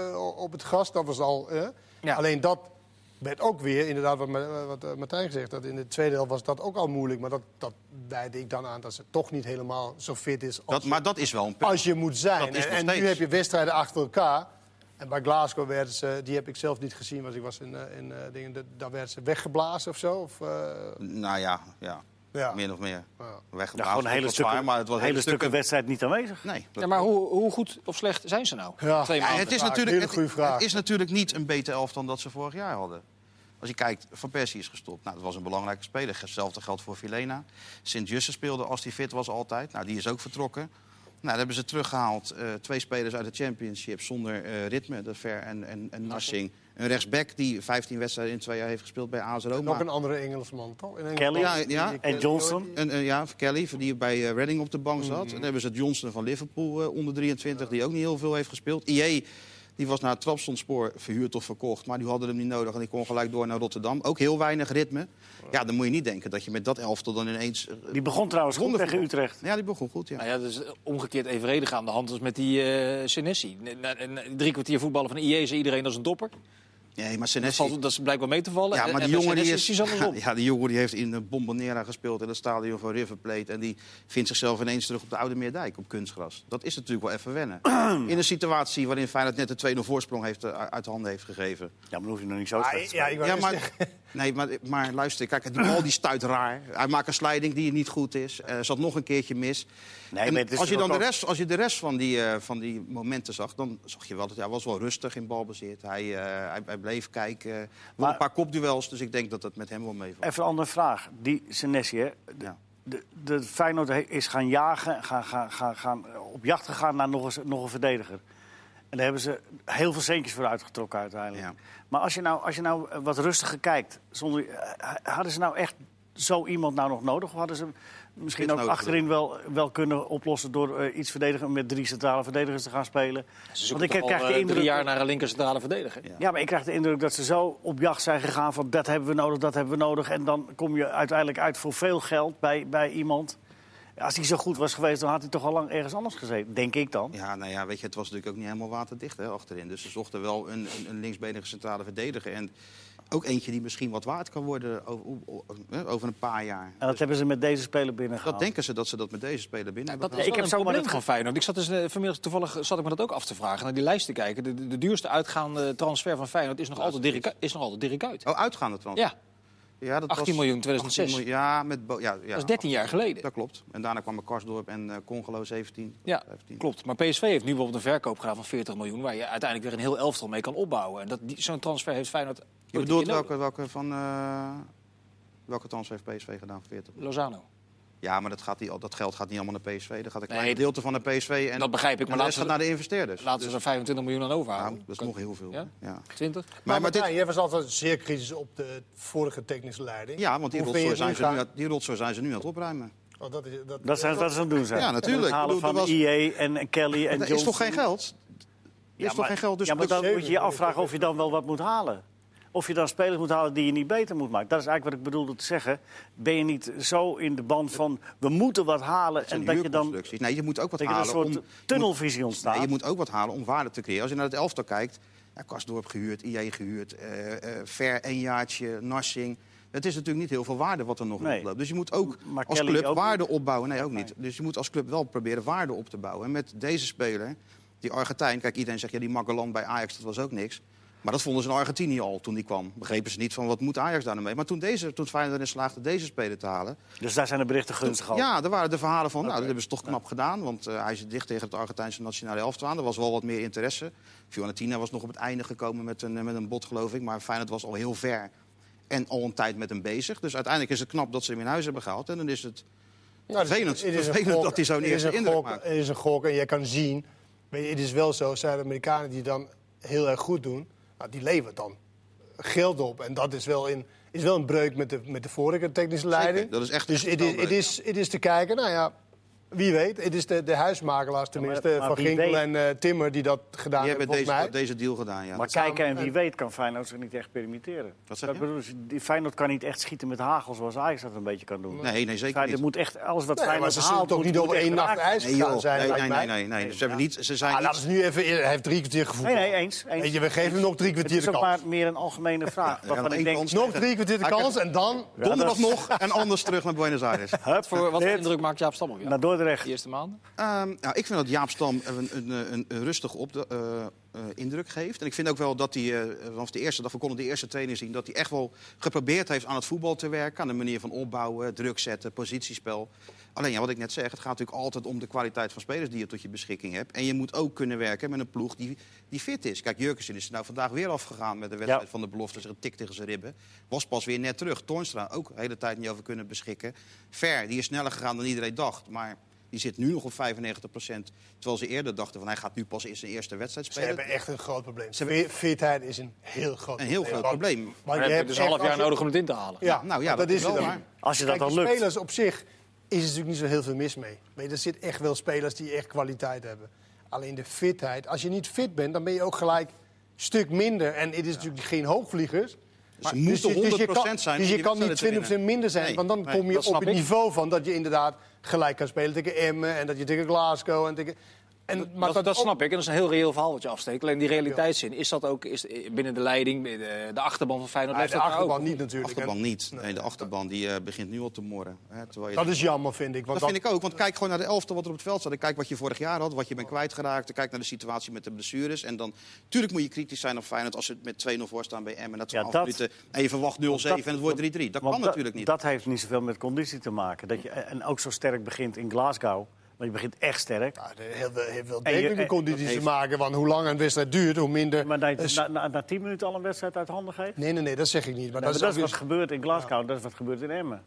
op het gras. Dat was al... Ja. Alleen dat werd ook weer, inderdaad wat Martijn gezegd had... in de tweede helft was dat ook al moeilijk. Maar dat leidde ik dan aan dat ze toch niet helemaal zo fit is... Maar dat is wel een punt. als je moet zijn. Dat is nog En nu steeds. heb je wedstrijden achter elkaar. En bij Glasgow werden ze, die heb ik zelf niet gezien, want ik was in dingen. Daar werden ze weggeblazen of zo. Of, Nou ja, ja. meer of meer. Ja. Weggeblazen. Gewoon een hele was zwaar, maar het was hele stukken wedstrijd niet aanwezig. Nee. Ja, maar hoe goed of slecht zijn ze nou? Ja. 2 Ja, maanden. het is vraag. natuurlijk, Hele goede vraag. het is natuurlijk niet een beter elftal dan dat ze vorig jaar hadden. Als je kijkt, Van Persie is gestopt. Nou, dat was een belangrijke speler. Hetzelfde geldt voor Vilena. Sint-Juste speelde als hij fit was altijd. Nou, die is ook vertrokken. dan hebben ze teruggehaald 2 spelers uit de Championship zonder ritme. Dat Ver en Narsing. Een rechtsback die 15 wedstrijden in 2 jaar heeft gespeeld bij AS Roma. Nog een andere Engelsman, toch? Kelly Ja. en Johnson. Kelly, die bij Reading op de bank zat. En dan hebben ze Johnson van Liverpool onder 23, die ook niet heel veel heeft gespeeld. IE, die was naar het Trabzonspor verhuurd of verkocht. Maar die hadden hem niet nodig en die kon gelijk door naar Rotterdam. Ook heel weinig ritme. Ja, dan moet je niet denken dat je met dat elftal dan ineens... Die begon trouwens goed tegen Utrecht. Ja, die begon goed, ja. Nou ja, dus omgekeerd evenredig aan de hand als met die Senesi. 3 kwartier voetballen van de IE zei iedereen als een topper. Nee, maar Senesi... Dat is blijkbaar mee te vallen. Ja, maar en die jongen die is andersom. Ja, die jongen die heeft in Bombonera gespeeld in het stadion van River Plate. En die vindt zichzelf ineens terug op de Oude Meerdijk op kunstgras. Dat is natuurlijk wel even wennen. In een situatie waarin Feyenoord net de 2-0 voorsprong uit de handen heeft gegeven. Ja, maar dan hoef je nog niet zo te zeggen. Maar luister, kijk, die bal die stuit raar. Hij maakt een sliding die niet goed is. Zat nog een keertje mis. Nee, maar als je de rest van die momenten zag, dan zag je wel dat hij was wel rustig in balbezit. Hij bleef kijken. Won een paar kopduels, dus ik denk dat het met hem wel meevalt. Even een andere vraag. Die Senesi, hè? De Feyenoord is gaan jagen, gaan op jacht gegaan naar nog een verdediger. En daar hebben ze heel veel centjes voor uitgetrokken uiteindelijk. Ja. Maar als je nou wat rustiger kijkt, hadden ze nou echt zo iemand nou nog nodig? Of hadden ze misschien ook achterin wel kunnen oplossen door iets verdedigen met 3 centrale verdedigers te gaan spelen? Want ik krijg de indruk 3 jaar naar een linker centrale verdediger. Ja, maar ik krijg de indruk dat ze zo op jacht zijn gegaan van dat hebben we nodig, dat hebben we nodig. En dan kom je uiteindelijk uit voor veel geld bij iemand. Als hij zo goed was geweest, dan had hij toch al lang ergens anders gezeten, denk ik dan. Ja, nou ja, weet je, het was natuurlijk ook niet helemaal waterdicht achterin. Dus ze zochten wel een linksbenige centrale verdediger. En ook eentje die misschien wat waard kan worden over een paar jaar. En dat hebben ze met deze speler binnengehaald. Dat denken ze dat ze dat met deze speler binnen hebben. Dat is ik heb zomaar het van Feyenoord. Ik zat dus vanmiddag toevallig zat ik me dat ook af te vragen. Naar die lijst te kijken. De duurste uitgaande transfer van Feyenoord is nog altijd Dirk Kuyt. Oh, uitgaande transfer? Ja. Ja, dat 18 miljoen 2006. 18 miljoen, ja, dat is 13 jaar geleden. Dat klopt. En daarna kwamen Karsdorp en Congolo 17. Ja, 15. Klopt. Maar PSV heeft nu bijvoorbeeld een verkoop gedaan van 40 miljoen... waar je uiteindelijk weer een heel elftal mee kan opbouwen. En zo'n transfer heeft Feyenoord... Je bedoelt welke transfer heeft PSV gedaan voor 40 miljoen? Lozano. Ja, maar dat geld gaat niet allemaal naar PSV. Dat gaat een klein gedeelte van de PSV. En dat begrijp ik. Maar de rest gaat naar de investeerders. Laten ze er 25 miljoen aan overhouden. Nou, dat is nog heel veel. Ja? 20? Maar jij was altijd zeer kritisch op de vorige technische leiding. Ja, want die rotzooi zijn ze nu aan het opruimen. Oh, dat zijn ze aan het doen zijn. Ja, natuurlijk. Het halen van IE en Kelly en Johnson. Er is toch geen geld? Dus maar dan moet je je afvragen of je dan wel wat moet halen. Of je dan spelers moet halen die je niet beter moet maken. Dat is eigenlijk wat ik bedoelde te zeggen. Ben je niet zo in de band van we moeten wat halen en dat je dan... Nee, je moet ook wat halen. Een soort tunnelvisie ontstaat. Nee, je moet ook wat halen om waarde te creëren. Als je naar het elftal kijkt, Karsdorp gehuurd, IE gehuurd, Ver 1 jaartje, Narsing. Het is natuurlijk niet heel veel waarde wat er nog oploopt. Dus je moet ook als club waarde opbouwen. Nee, ook niet. Dus je moet als club wel proberen waarde op te bouwen. En met deze speler, die Argentijn... Kijk, iedereen zegt, die Magellan bij Ajax, dat was ook niks. Maar dat vonden ze in Argentinië al toen die kwam. Begrepen ze niet van wat moet Ajax daar nou mee. Maar toen Feyenoord erin slaagde deze speler te halen... Dus daar zijn de berichten gunstig over? Ja, er waren de verhalen van, dat hebben ze toch knap gedaan. Want hij zit dicht tegen het Argentijnse nationale elftal aan. Er was wel wat meer interesse. Fiorentina was nog op het einde gekomen met een bod, geloof ik. Maar Feyenoord was al heel ver en al een tijd met hem bezig. Dus uiteindelijk is het knap dat ze hem in huis hebben gehaald. En dan is het vervelend dat hij zo'n eerste indruk maakt. Het is een gok en je kan zien... Het is wel zo, zijn de Amerikanen die dan heel erg goed doen... Nou, die levert dan geld op. En dat is wel een breuk met de vorige technische leiding. Zeker, dat is echt dus het is te kijken, nou ja, wie weet. Het is de huismakelaars tenminste, maar van Ginkel en Timmer die dat gedaan hebben, volgens mij. Deze deal gedaan, ja. Maar kijken en wie weet kan Feyenoord zich niet echt permitteren. Wat zeg je? Feyenoord kan niet echt schieten met hagel zoals Ajax dat een beetje kan doen. Nee, zeker niet. Er moet echt alles wat Feyenoord haalt... Maar ze toch niet over 1 nacht ijs gegaan zijn? Nee. Ze hebben niet... Laten we nu even... Hij heeft 3 kwartier gevoetbald. Nee, eens. Weet je, we geven hem nog 3 kwartier de kans. Het is ook maar meer een algemene vraag. Nog 3 kwartier de kans en dan... Donderdag nog en anders terug naar Buenos Aires. Wat voor indruk maakt Jaap Stam op jou? Naar Dordrecht. De eerste maanden? Ik vind dat Jaap Stam een rustig indruk geeft. En ik vind ook wel dat hij vanaf de eerste dag, we konden de eerste training zien... dat hij echt wel geprobeerd heeft aan het voetbal te werken. Aan de manier van opbouwen, druk zetten, positiespel. Alleen, wat ik net zeg, het gaat natuurlijk altijd om de kwaliteit van spelers... die je tot je beschikking hebt. En je moet ook kunnen werken met een ploeg die fit is. Kijk, Jurkensen is er nou vandaag weer afgegaan met de wedstrijd van de belofte. Een tik tegen zijn ribben. Was pas weer net terug. Toornstra ook de hele tijd niet over kunnen beschikken. Ver, die is sneller gegaan dan iedereen dacht. Maar Die zit nu nog op 95%. Terwijl ze eerder dachten van hij gaat nu pas in zijn eerste wedstrijd Ze spelen. hebben echt een groot probleem. Fitheid is een heel groot probleem. Een heel groot probleem. Want Maar je je hebt hebt dus echt een half jaar als je- nodig om het in te halen. Ja, Nou ja, dat dat is wel het. waar. Als je dat Kijk, dan de lukt. spelers op zich is er natuurlijk niet zo heel veel mis mee. Maar er zit echt wel spelers die echt kwaliteit hebben. Alleen de fitheid. Als je niet fit bent, dan ben je ook gelijk een stuk minder. En het is natuurlijk geen hoogvliegers. Ze moeten 100% zijn. Dus om je kan die niet wedstrijd te 20% minder zijn. Nee, Want dan nee, kom je dat op snap het ik. niveau van dat je inderdaad gelijk kan spelen tegen Emmen. En dat je tegen Glasgow en tegen... Maar Dat snap ik en dat is een heel reëel verhaal wat je afsteekt. Alleen die realiteitszin, is dat ook binnen de leiding, de achterban van Feyenoord? Ja, leeft de dat daar achterban ook? niet natuurlijk. Achterban niet. Nee, de achterban die begint nu al te morren. Hè, terwijl je Dat is jammer, vind ik. Want dat vind ik ook, want kijk gewoon naar de elftal wat er op het veld staat. En kijk wat je vorig jaar had, wat je bent kwijtgeraakt. En kijk naar de situatie met de blessures. En dan, tuurlijk moet je kritisch zijn op Feyenoord als ze met 2-0 voor staan bij Emmen. Dat 12 minuten en je verwacht 0-7 en het wordt 3-3. Dat kan natuurlijk niet. Dat heeft niet zoveel met conditie te maken. Dat je, en ook zo sterk begint in Glasgow. Want je begint echt sterk. ja, dat heeft wel En je- degelijk met condities te maken. Want hoe langer een wedstrijd duurt, hoe minder... Maar dat je na 10 minuten al een wedstrijd uit handen geeft? Nee, dat zeg ik niet. Maar Dat dat is is ook wat weer- gebeurt in Glasgow, dat is wat gebeurt in Emmen.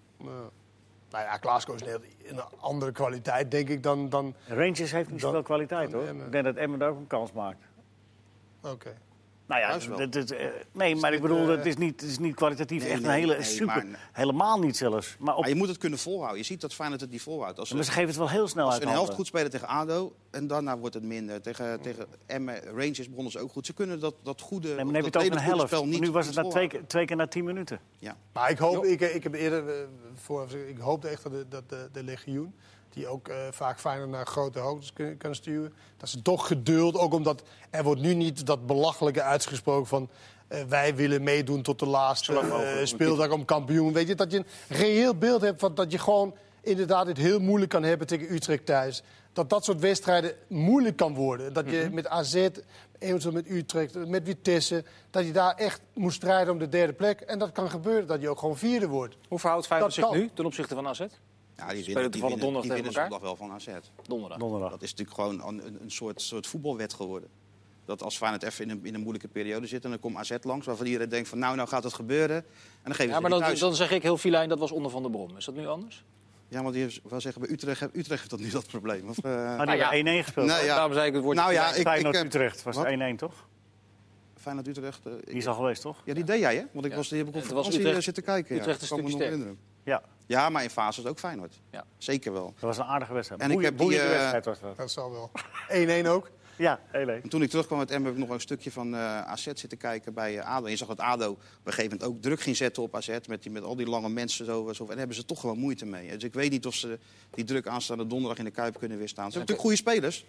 Nou ja, Glasgow is een andere kwaliteit, denk ik, dan... Rangers heeft niet zoveel kwaliteit, hoor. Emmen. Ik denk dat Emmen daar ook een kans maakt. Oké. Nou ja, Juist wel. nee, maar ik bedoel, het is niet kwalitatief Nee, echt nee, een hele nee, super. maar- Helemaal niet zelfs. Maar, Maar je moet het kunnen volhouden. Je ziet dat Feyenoord het niet volhoudt. Als maar ze geven het wel heel snel Als uit ze een helft handen. goed spelen tegen ADO en daarna wordt het minder. Tegen Emmen, Rangers begonnen ze ook goed. Ze kunnen dat goede, Nee, maar dan heb je dat het ook een redelijk goede helft. spel niet. Nu was het niet na volhouden. twee keer na 10 minuten. Ja. Maar ik hoop, ik heb eerder ik hoopte echt dat de legioen, die ook vaak Feyenoord naar grote hoogtes kan sturen, dat ze toch geduld, ook omdat er wordt nu niet dat belachelijke uitgesproken van wij willen meedoen tot de laatste speeldag om kampioen. Weet je, dat je een reëel beeld hebt van dat je gewoon inderdaad het heel moeilijk kan hebben tegen Utrecht thuis. Dat soort wedstrijden moeilijk kan worden. Dat je met AZ, eventueel met Utrecht, met Vitesse, dat je daar echt moet strijden om de derde plek. En dat kan gebeuren, dat je ook gewoon vierde wordt. Hoe verhoudt Feyenoord Dat zich kan. nu ten opzichte van AZ? Ja, die Spelen winnen, toevallig donderdag die tegen winnen elkaar? zondag wel van AZ. Donderdag. Dat is natuurlijk gewoon een soort voetbalwet geworden. Dat als Feyenoord even in een moeilijke periode zit en dan komt AZ langs, waarvan iedereen denkt van nou gaat het gebeuren. En dan geven Ja, ze maar die thuis. dan zeg ik heel filijn, dat was onder Van der Brom. Is dat nu anders? Ja, want die wil zeggen, bij Utrecht heeft dat nu dat probleem. Of, Maar die ja. hebben 1-1 gespeeld. Nee, ja. Daarom zei ik het woord. Nou ja, Feyenoord-Utrecht was wat? 1-1, toch? Feyenoord-Utrecht. Die is al geweest, toch? Ja, die deed jij, hè? Want Ja. die heb ik op Het was vakantie Utrecht- zitten kijken. Utrecht ja. een Kan me stukje nog herinneren. Ja, Ja, maar in fases ook Feyenoord. Ja. Zeker wel. dat was een aardige wedstrijd. En ik heb die, Boeiende wedstrijd was dat. Dat zal wel. 1-1 ook. Ja, 1-1. En toen ik terugkwam met Emmen heb ik nog een stukje van AZ zitten kijken bij ADO. En je zag dat ADO op een gegeven moment ook druk ging zetten op AZ. Met al die lange mensen. Zo. En daar hebben ze toch gewoon moeite mee. Dus ik weet niet of ze die druk aanstaande donderdag in de Kuip kunnen weerstaan. Ze hebben natuurlijk goede spelers.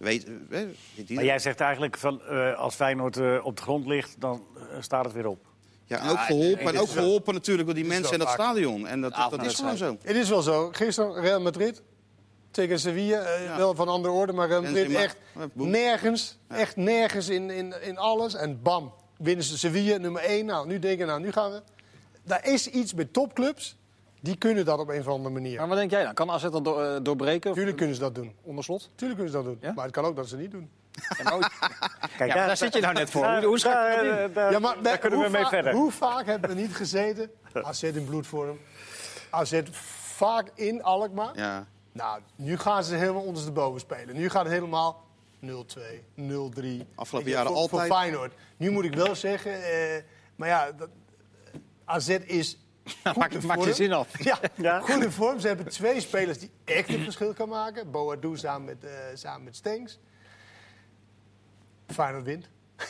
Maar jij zegt eigenlijk van als Feyenoord op de grond ligt, dan staat het weer op. Ja, en ook geholpen, dit is wel- natuurlijk door die dit is mensen in wel dat vaak. stadion. En dat is gewoon avondwedstrijd. zo. Het is wel zo. Gisteren Real Madrid tegen Sevilla, wel van andere orde, maar Real Madrid Benzema. echt Boem. nergens, echt nergens in alles. En bam, winnen ze Sevilla, nummer 1. Nou, nu denken we, nu gaan we. Daar is iets met topclubs, die kunnen dat op een of andere manier. Maar wat denk jij dan? Kan AZ dat doorbreken? Tuurlijk kunnen ze dat doen. Onder slot? Tuurlijk kunnen ze dat doen. Ja? Maar het kan ook dat ze het niet doen. Ja, maar ook- Kijk, ja, daar zit je nou net voor. Hoe schat je dat in? Ja, maar daar kunnen we mee verder. Hoe vaak hebben we niet gezeten? AZ in bloedvorm. AZ vaak in Alkmaar. Ja. Nou, nu gaan ze helemaal ondersteboven spelen. Nu gaat het helemaal 0-2, 0-3. Afgelopen jaren voor altijd. Feyenoord. Nu moet ik wel zeggen, maar ja, AZ is goed in Maak je vorm. zin af. Ja, Ja. goed in vorm. Ze hebben 2 spelers die echt een verschil kan maken. Boadu samen met Stenks. Feyenoord wint.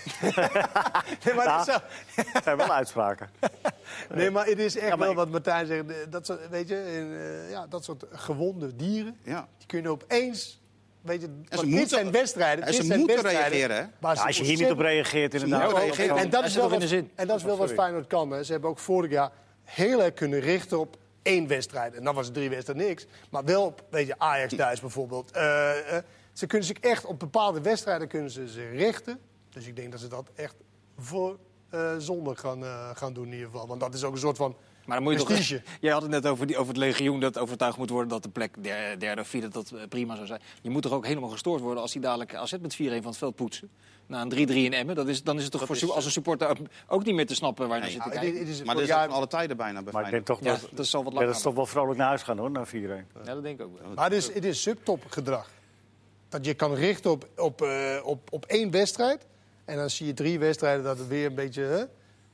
Nee, maar dat is zo. dat zijn wel uitspraken. Nee, maar het is echt maar wel ik- wat Martijn zegt. Dat soort, weet je, dat soort gewonde dieren, Ja. die kunnen opeens... Weet je, want moeten- dit zijn wedstrijden. en ze dit zijn moeten wedstrijden reageren, hè? waar ze Ja, als je hier niet op reageert, inderdaad. moeten reageren. En dat Hij is zit wel nog wat, in de zin. en dat is wel wat Feyenoord kan. Hè. Ze hebben ook vorig jaar heel erg kunnen richten op 1 wedstrijd. En dan was het 3 wedstrijden niks. Maar wel op, weet je, Ajax thuis bijvoorbeeld. Ze kunnen zich echt op bepaalde wedstrijden kunnen ze zich richten. Dus ik denk dat ze dat echt voor zondag gaan doen in ieder geval. Want dat is ook een soort van Maar dan moet je prestige. toch, jij had het net over het legioen dat overtuigd moet worden dat de plek derde of vierde dat prima zou zijn. Je moet toch ook helemaal gestoord worden als die dadelijk AZ met 4-1 van het veld poetsen. Na een 3-3 in Emmen. Dan is het toch als een supporter ook niet meer te snappen waar je naar zit te kijken. Maar dat is van alle tijden bijna bij Maar ik denk Feyenoord. toch dat zal wat dat langer. is toch wel vrolijk naar huis gaan hoor, na 4-1. Ja, dat denk ik ook wel. Maar het is subtopgedrag. Dat je kan richten op één wedstrijd. En dan zie je 3 wedstrijden dat het weer een beetje...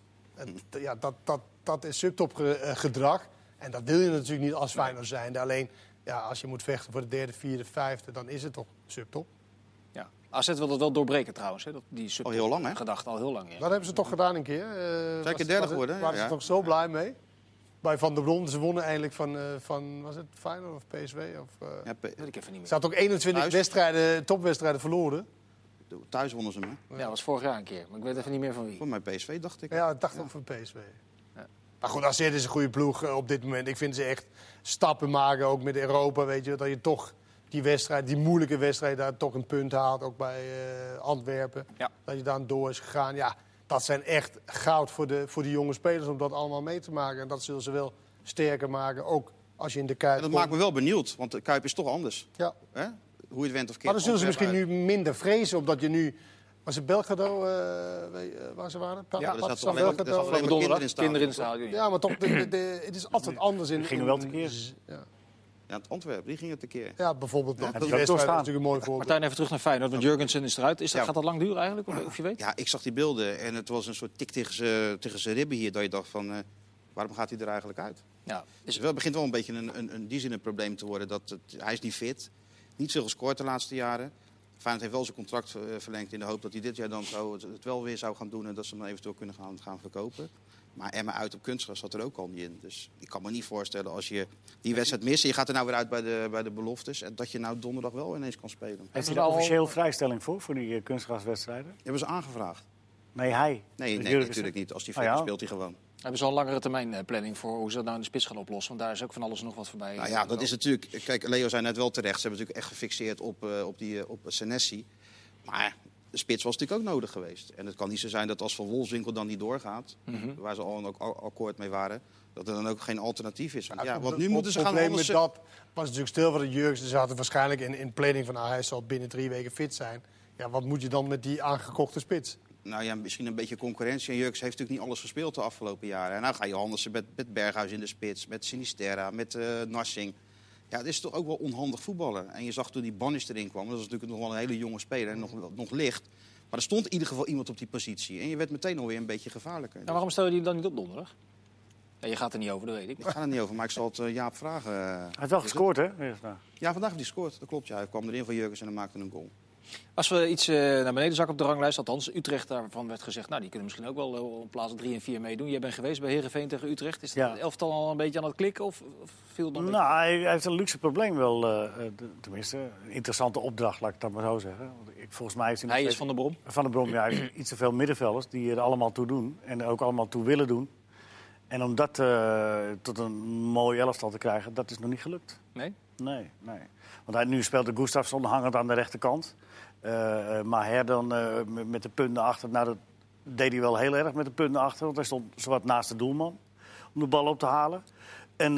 Dat is subtopgedrag. En dat wil je natuurlijk niet als Feyenoord zijn. Alleen, als je moet vechten voor de derde, vierde, vijfde... dan is het toch subtop. Ja. AZ wil dat wel doorbreken trouwens. Hè? Die Al heel lang, hè? gedachte al heel lang. Ja. Dat hebben ze toch gedaan een keer. Zeker derde geworden, Daar waren ze ja. toch zo blij mee. Bij Van der Brom, ze wonnen eindelijk van was het Feyenoord of PSV? Ja, Weet ik even niet Ze meer. had ook 21 Thuis? topwedstrijden verloren. Thuis wonnen ze hem, hè? Ja, dat was vorig jaar een keer. Maar ik weet even niet meer van wie. Voor mijn PSV, dacht ik. Ja, ik dacht ook van PSV. Ja. Maar goed, AZ is een goede ploeg op dit moment. Ik vind ze echt stappen maken, ook met Europa. Weet je, dat je toch die moeilijke wedstrijd, daar toch een punt haalt. Ook bij Antwerpen. Ja. Dat je daar door is gegaan. Ja, dat zijn echt goud voor de jonge spelers om dat allemaal mee te maken. En dat zullen ze wel sterker maken, ook als je in de Kuip En dat komt. maakt me wel benieuwd, want de Kuip is toch anders. Ja. Hè? Hoe je het went of keert. Maar dan zullen ze Antwerpen misschien nu minder vrezen, omdat je nu... Was het Belgrado waar ze waren? Ja, Er zat Zat alleen maar Belgrado? kinderen Donderdag, in kinderen in stadion. het stadion. Ja, maar toch, het is altijd anders in... Die gingen wel tekeer. Ja. Ja, het Antwerpen, die ging het tekeer. Ja, bijvoorbeeld dat die is ook wedstrijd is doorstaan. natuurlijk een mooi voorbeeld. Martijn, even terug naar Feyenoord, want Jurgensen is eruit. Ja. Gaat dat lang duren eigenlijk, of je weet? Ja, ik zag die beelden en het was een soort tik tegen zijn ribben hier. Dat je dacht van, waarom gaat hij er eigenlijk uit? Ja. Dus het begint wel een beetje in die zin een probleem te worden. Hij is niet fit, niet veel gescoord de laatste jaren. Feyenoord heeft wel zijn contract verlengd in de hoop dat hij dit jaar dan het wel weer zou gaan doen. En dat ze hem dan eventueel kunnen gaan verkopen. Maar Emma uit op kunstgras zat er ook al niet in. Dus ik kan me niet voorstellen als je die wedstrijd mist. En je gaat er nou weer uit bij de beloftes. En dat je nou donderdag wel ineens kan spelen. Heeft hij daar officieel vrijstelling voor die kunstgraswedstrijden? Hebben ze aangevraagd? Nee, hij. Nee, Dus natuurlijk niet. Als die fit is, speelt hij gewoon. Hebben ze al een langere termijn planning voor hoe ze dat nou in de spits gaan oplossen? Want daar is ook van alles nog wat voorbij. Nou ja, dat is natuurlijk... Kijk, Leo zei net wel terecht. Ze hebben natuurlijk echt gefixeerd op Senesi. Maar de spits was natuurlijk ook nodig geweest. En het kan niet zo zijn dat als Van Wolfswinkel dan niet doorgaat... waar ze al ook akkoord mee waren... dat er dan ook geen alternatief is. Want nu moeten ze gaan... Het probleem met dat was natuurlijk stil van de Jurgensen. Ze hadden waarschijnlijk in planning van... hij zal binnen 3 weken fit zijn. Ja, wat moet je dan met die aangekochte spits? Nou ja, misschien een beetje concurrentie. En Jurks heeft natuurlijk niet alles gespeeld de afgelopen jaren. En nou ga je Andersen met Berghuis in de spits, met Sinisterra, met Narsing. Ja, het is toch ook wel onhandig voetballen. En je zag toen die Banish erin kwam, dat was natuurlijk nog wel een hele jonge speler en nog licht. Maar er stond in ieder geval iemand op die positie. En je werd meteen alweer een beetje gevaarlijker. Nou, waarom stel je die dan niet op donderdag? Ja, je gaat er niet over, dat weet ik. Ik ga er niet over, maar ik zal het Jaap vragen. Hij heeft wel gescoord, hè? Ja, vandaag heeft hij gescoord. Dat klopt, ja. Hij kwam erin van Jurgens en maakte een goal. Als we iets naar beneden zakken op de ranglijst, althans Utrecht, daarvan werd gezegd... nou, die kunnen misschien ook wel op plaatsen 3 en 4 meedoen. Jij bent geweest bij Heerenveen tegen Utrecht. Is dat elftal al een beetje aan het klikken of viel het nog een Nou, hij heeft een luxe probleem wel. Tenminste, een interessante opdracht, laat ik dat maar zo zeggen. Volgens mij heeft hij is Van der Brom. Van der Brom, ja, hij heeft iets te veel middenvelders die er allemaal toe doen. En er ook allemaal toe willen doen. En om dat tot een mooi elftal te krijgen, dat is nog niet gelukt. Nee? Nee. Want nu speelt de Gustafsson hangend aan de rechterkant. Maar dan met de punten achter. Nou, dat deed hij wel heel erg met de punten achter. Want hij stond zowat naast de doelman om de bal op te halen. En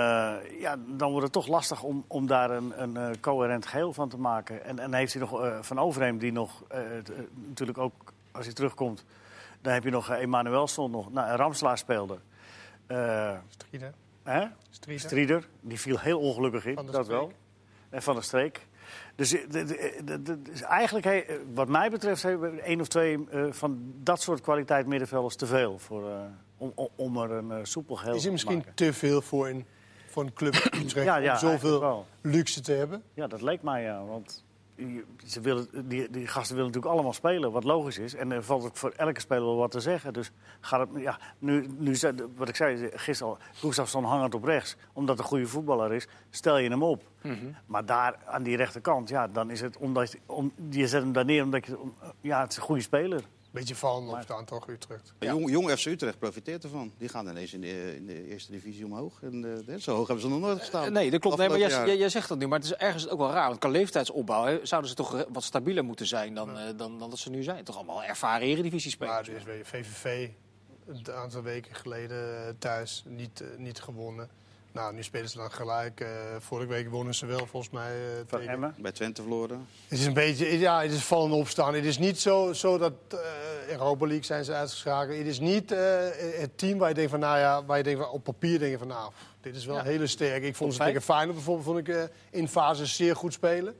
dan wordt het toch lastig om daar een coherent geheel van te maken. En heeft hij nog Van Overheem die nog natuurlijk ook, als hij terugkomt... Dan heb je nog Emanuelsson nog. Nou, Ramslaar speelde. Strieder. Strieder. Die viel heel ongelukkig in, dat wel. En Van der Streek. Dus eigenlijk, wat mij betreft, hebben we 1 of 2 van dat soort kwaliteit middenvelders te veel. Om er een soepel geheel Is te er misschien maken. te veel voor een club Utrecht om zoveel luxe te hebben? Ja, dat leek mij, ja. Want die gasten willen natuurlijk allemaal spelen, wat logisch is. En er valt ook voor elke speler wel wat te zeggen. Dus gaat het, ja, nu wat ik zei gisteren al, Gustafsson hangend op rechts. Omdat hij een goede voetballer is, stel je hem op. Maar daar, aan die rechterkant, ja, dan is het je zet hem daar neer omdat het is een goede speler. Beetje vallen opstaan toch, Utrecht. Ja. Jong FC Utrecht profiteert ervan. Die gaan ineens in de eerste divisie omhoog. En zo hoog hebben ze nog nooit gestaan. Nee, dat klopt. Nee, maar jij zegt dat nu. Maar het is ergens ook wel raar. Want qua leeftijdsopbouw zouden ze toch wat stabieler moeten zijn dan dat ze nu zijn. Toch allemaal ervaren eredivisie spelers. Maar er is weer VVV. een aantal weken geleden thuis niet gewonnen. Nou, nu spelen ze dan gelijk. Vorige week wonnen ze wel, volgens mij. Van Emmen. Bij Twente verloren. Het is een beetje, het is vallen opstaan. Het is niet zo dat Europa League zijn ze uitgeschakeld. Het is niet het team waar je denkt van, waar je denkt van, op papier denk je van, dit is wel hele sterk. Ik vond ze tegen Feyenoord bijvoorbeeld in fases zeer goed spelen.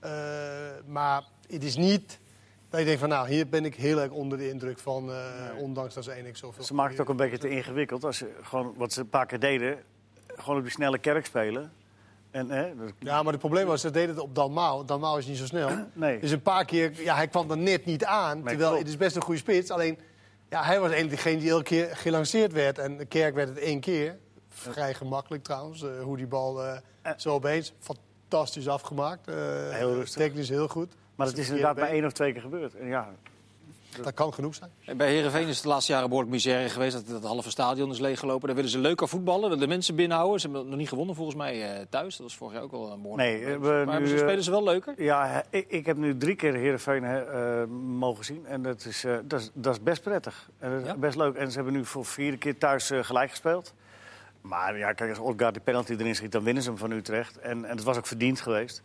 Maar het is niet dat je denkt van, hier ben ik heel erg onder de indruk van, ondanks dat ze één zoveel. Ze maken het ook een beetje te ingewikkeld als ze gewoon wat ze een paar keer deden. Gewoon op die snelle kerk spelen. Ja, maar het probleem was, ze deden het op Dalmau. Dalmau is niet zo snel. Nee. Dus een paar keer, hij kwam er net niet aan. Nee, terwijl klopt. het is best een goede spits. Alleen, hij was eigenlijk degene die elke keer gelanceerd werd. En de Kerk werd het 1 keer. Vrij gemakkelijk trouwens, hoe die bal zo opeens. Fantastisch afgemaakt. Heel rustig. Technisch heel goed. Maar het is inderdaad maar 1 of 2 keer gebeurd. En ja, Dat kan genoeg zijn. En bij Heerenveen is het de laatste jaren behoorlijk misère geweest. Dat het halve stadion is leeggelopen. Daar willen ze leuker voetballen, de mensen binnenhouden. Ze hebben nog niet gewonnen volgens mij thuis. Dat was vorig jaar ook wel een behoorlijk probleem. Maar nu spelen ze wel leuker? Ja, ik heb nu 3 keer Heerenveen mogen zien. En dat is best prettig. En dat is best leuk. En ze hebben nu voor 4e keer thuis gelijk gespeeld. Maar ja, kijk, als Odgaard die penalty erin schiet, dan winnen ze hem van Utrecht. En het was ook verdiend geweest.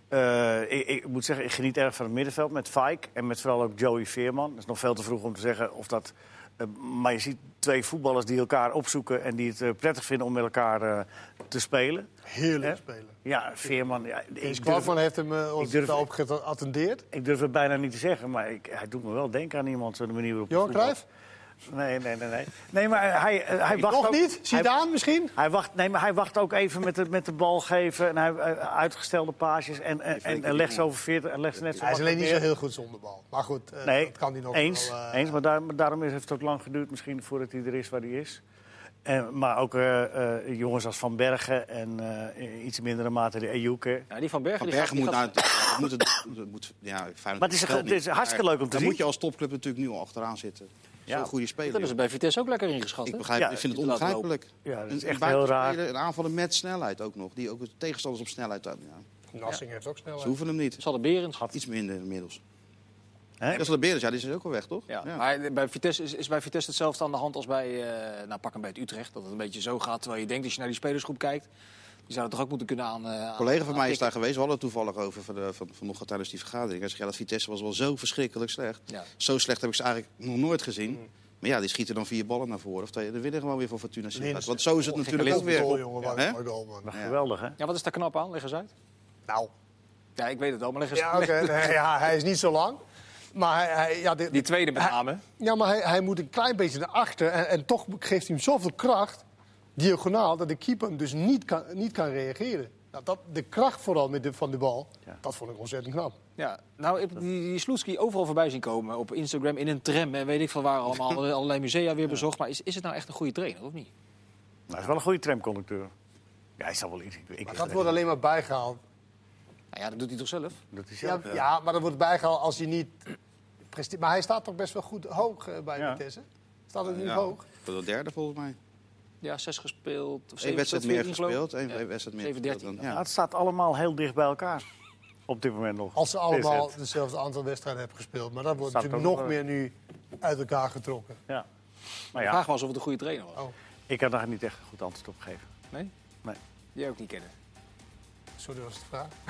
Ik moet zeggen, ik geniet erg van het middenveld met Fijk. En met vooral ook Joey Veerman. Het is nog veel te vroeg om te zeggen of dat... maar je ziet 2 voetballers die elkaar opzoeken en die het prettig vinden om met elkaar te spelen. Heerlijk spelen. Ja, Veerman... Ja, Kwakman heeft hem ons daarop geattendeerd. Ik durf het bijna niet te zeggen, maar hij doet me wel denken aan iemand, de manier waarop... Johan Cruijff? Nee. Nee, maar hij wacht Nog ook, niet? Zidane misschien? Hij wacht ook even met de bal geven. En hij uitgestelde paasjes. En legt ze over 40 en legt ze net zo. Hij is alleen niet zo neer. heel goed zonder bal. Maar goed, dat kan hij nog eens, wel. eens, maar daarom heeft het ook lang geduurd misschien voordat hij er is waar hij is. Maar ook jongens als Van Bergen en iets in mindere mate de Ejuke. Ja, die Van Bergen, Van die Bergen Maar het is hartstikke leuk om te Dan zien. moet je als topclub natuurlijk nu al achteraan zitten. Ja. Zo'n goede Dat speler. hebben ze bij Vitesse ook lekker ingeschat. Ik hè? begrijp, Ja, ik vind het laten onbegrijpelijk. Ja, dat is Een echt heel raar. buitenspeler, een aanvaller met snelheid ook nog. Die ook de tegenstanders op snelheid... Ja, Nassing heeft ook ze snelheid. hoeven hem niet. Ze hadden Berends. Iets minder inmiddels. Hè? Dat is de Berens, die is ook al weg, toch? Ja. Maar bij Vitesse is bij Vitesse hetzelfde aan de hand als bij, pak hem bij het Utrecht. Dat het een beetje zo gaat, terwijl je denkt als je naar die spelersgroep kijkt. Die zouden toch ook moeten kunnen aan... Een collega van mij is daar geweest. We hadden het toevallig over vanochtend tijdens die vergadering. Hij zegt, dat Vitesse was wel zo verschrikkelijk slecht. Ja. Zo slecht heb ik ze eigenlijk nog nooit gezien. Maar ja, die schieten dan 4 ballen naar voren. Of 2, dan winnen gewoon weer voor Fortuna Sittard. Want zo is het natuurlijk ook weer. Goal, jongen, wat Hè? een mooi goal, man. Maar geweldig, hè? Ja, wat is daar knap aan? Leg eens uit. Nou, Ja, ik weet het al, maar leg eens ja, oké. Nee, hij is niet zo lang. Maar Die tweede met name. hij moet een klein beetje naar achter. En toch geeft hij hem zoveel kracht, diagonaal, dat de keeper hem dus niet kan reageren. Nou, de kracht vooral van de bal, dat vond ik ontzettend knap. Ja, nou, ik heb die Sloetski overal voorbij zien komen. Op Instagram, in een tram en weet ik van waar allemaal. Allerlei musea weer bezocht. Maar is het nou echt een goede trainer, of niet? Nou, hij is wel een goede tramconducteur. Ja, hij zal wel iets. Maar dat wordt alleen maar bijgehaald. Nou ja, dat doet hij toch zelf? Dat is zelf, Ja, maar dat wordt bijgehaald als hij niet presteert. Maar hij staat toch best wel goed hoog bij Vitesse? Staat het niet hoog? Voor de derde volgens mij. Ja, 6 gespeeld. Of 1 wedstrijd meer 14 geloof ik. gespeeld. 1 wedstrijd meer 7-13. gespeeld. Ja, het staat allemaal heel dicht bij elkaar. Op dit moment nog. Als ze allemaal Is het. hetzelfde aantal wedstrijden hebben gespeeld. Maar dat wordt Staat natuurlijk ook nog meer nu uit elkaar getrokken. Ja. Maar De ja, vraag was of het een goede trainer was. Oh. ik kan daar niet echt een goed antwoord op geven. Nee? Nee. Die ook niet kennen. Sorry, was de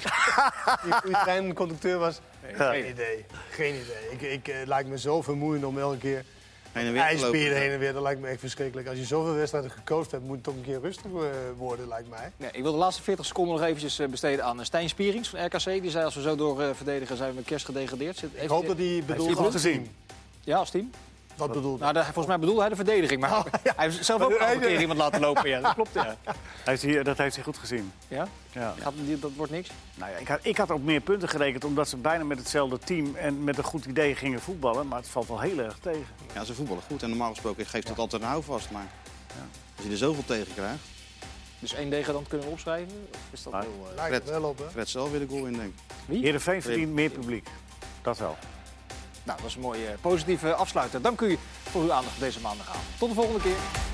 vraag. Wie goede trein en conducteur was? Geen idee. Geen idee. Het lijkt me zo vermoeiend om elke keer Heen en weer te ijsberen lopen. heen en weer. Dat lijkt me echt verschrikkelijk. Als je zoveel wedstrijden gecoacht hebt, moet het toch een keer rustig worden, lijkt mij. Nee, ik wil de laatste 40 seconden nog eventjes besteden aan Stijn Spierings van RKC. Die zei als we zo door verdedigen zijn we met kerst gedegradeerd. Ik hoop dat hij bedoelt het als gezien. team. Ja, als team. Dat bedoelt hij. Nou, volgens mij bedoelde hij de verdediging. Maar hij heeft zelf ook al een keer iemand laten lopen. Ja, dat klopt, ja. Dat heeft hij goed gezien. Ja? Ja. Dat wordt niks? Nou ja, ik had op meer punten gerekend omdat ze bijna met hetzelfde team en met een goed idee gingen voetballen. Maar het valt wel heel erg tegen. Ja, ze voetballen goed. En normaal gesproken geeft het altijd een houvast. Maar als je er zoveel tegen krijgt... Dus 1 degradant kunnen we opschrijven? Of is dat Nee. heel... Lijkt er wel op, hè? Fred zelf weer de goal in, denk ik. Heerenveen verdient meer publiek. Dat wel. Nou, dat is een mooie positieve afsluiter. Dank u voor uw aandacht deze maandagavond. Tot de volgende keer.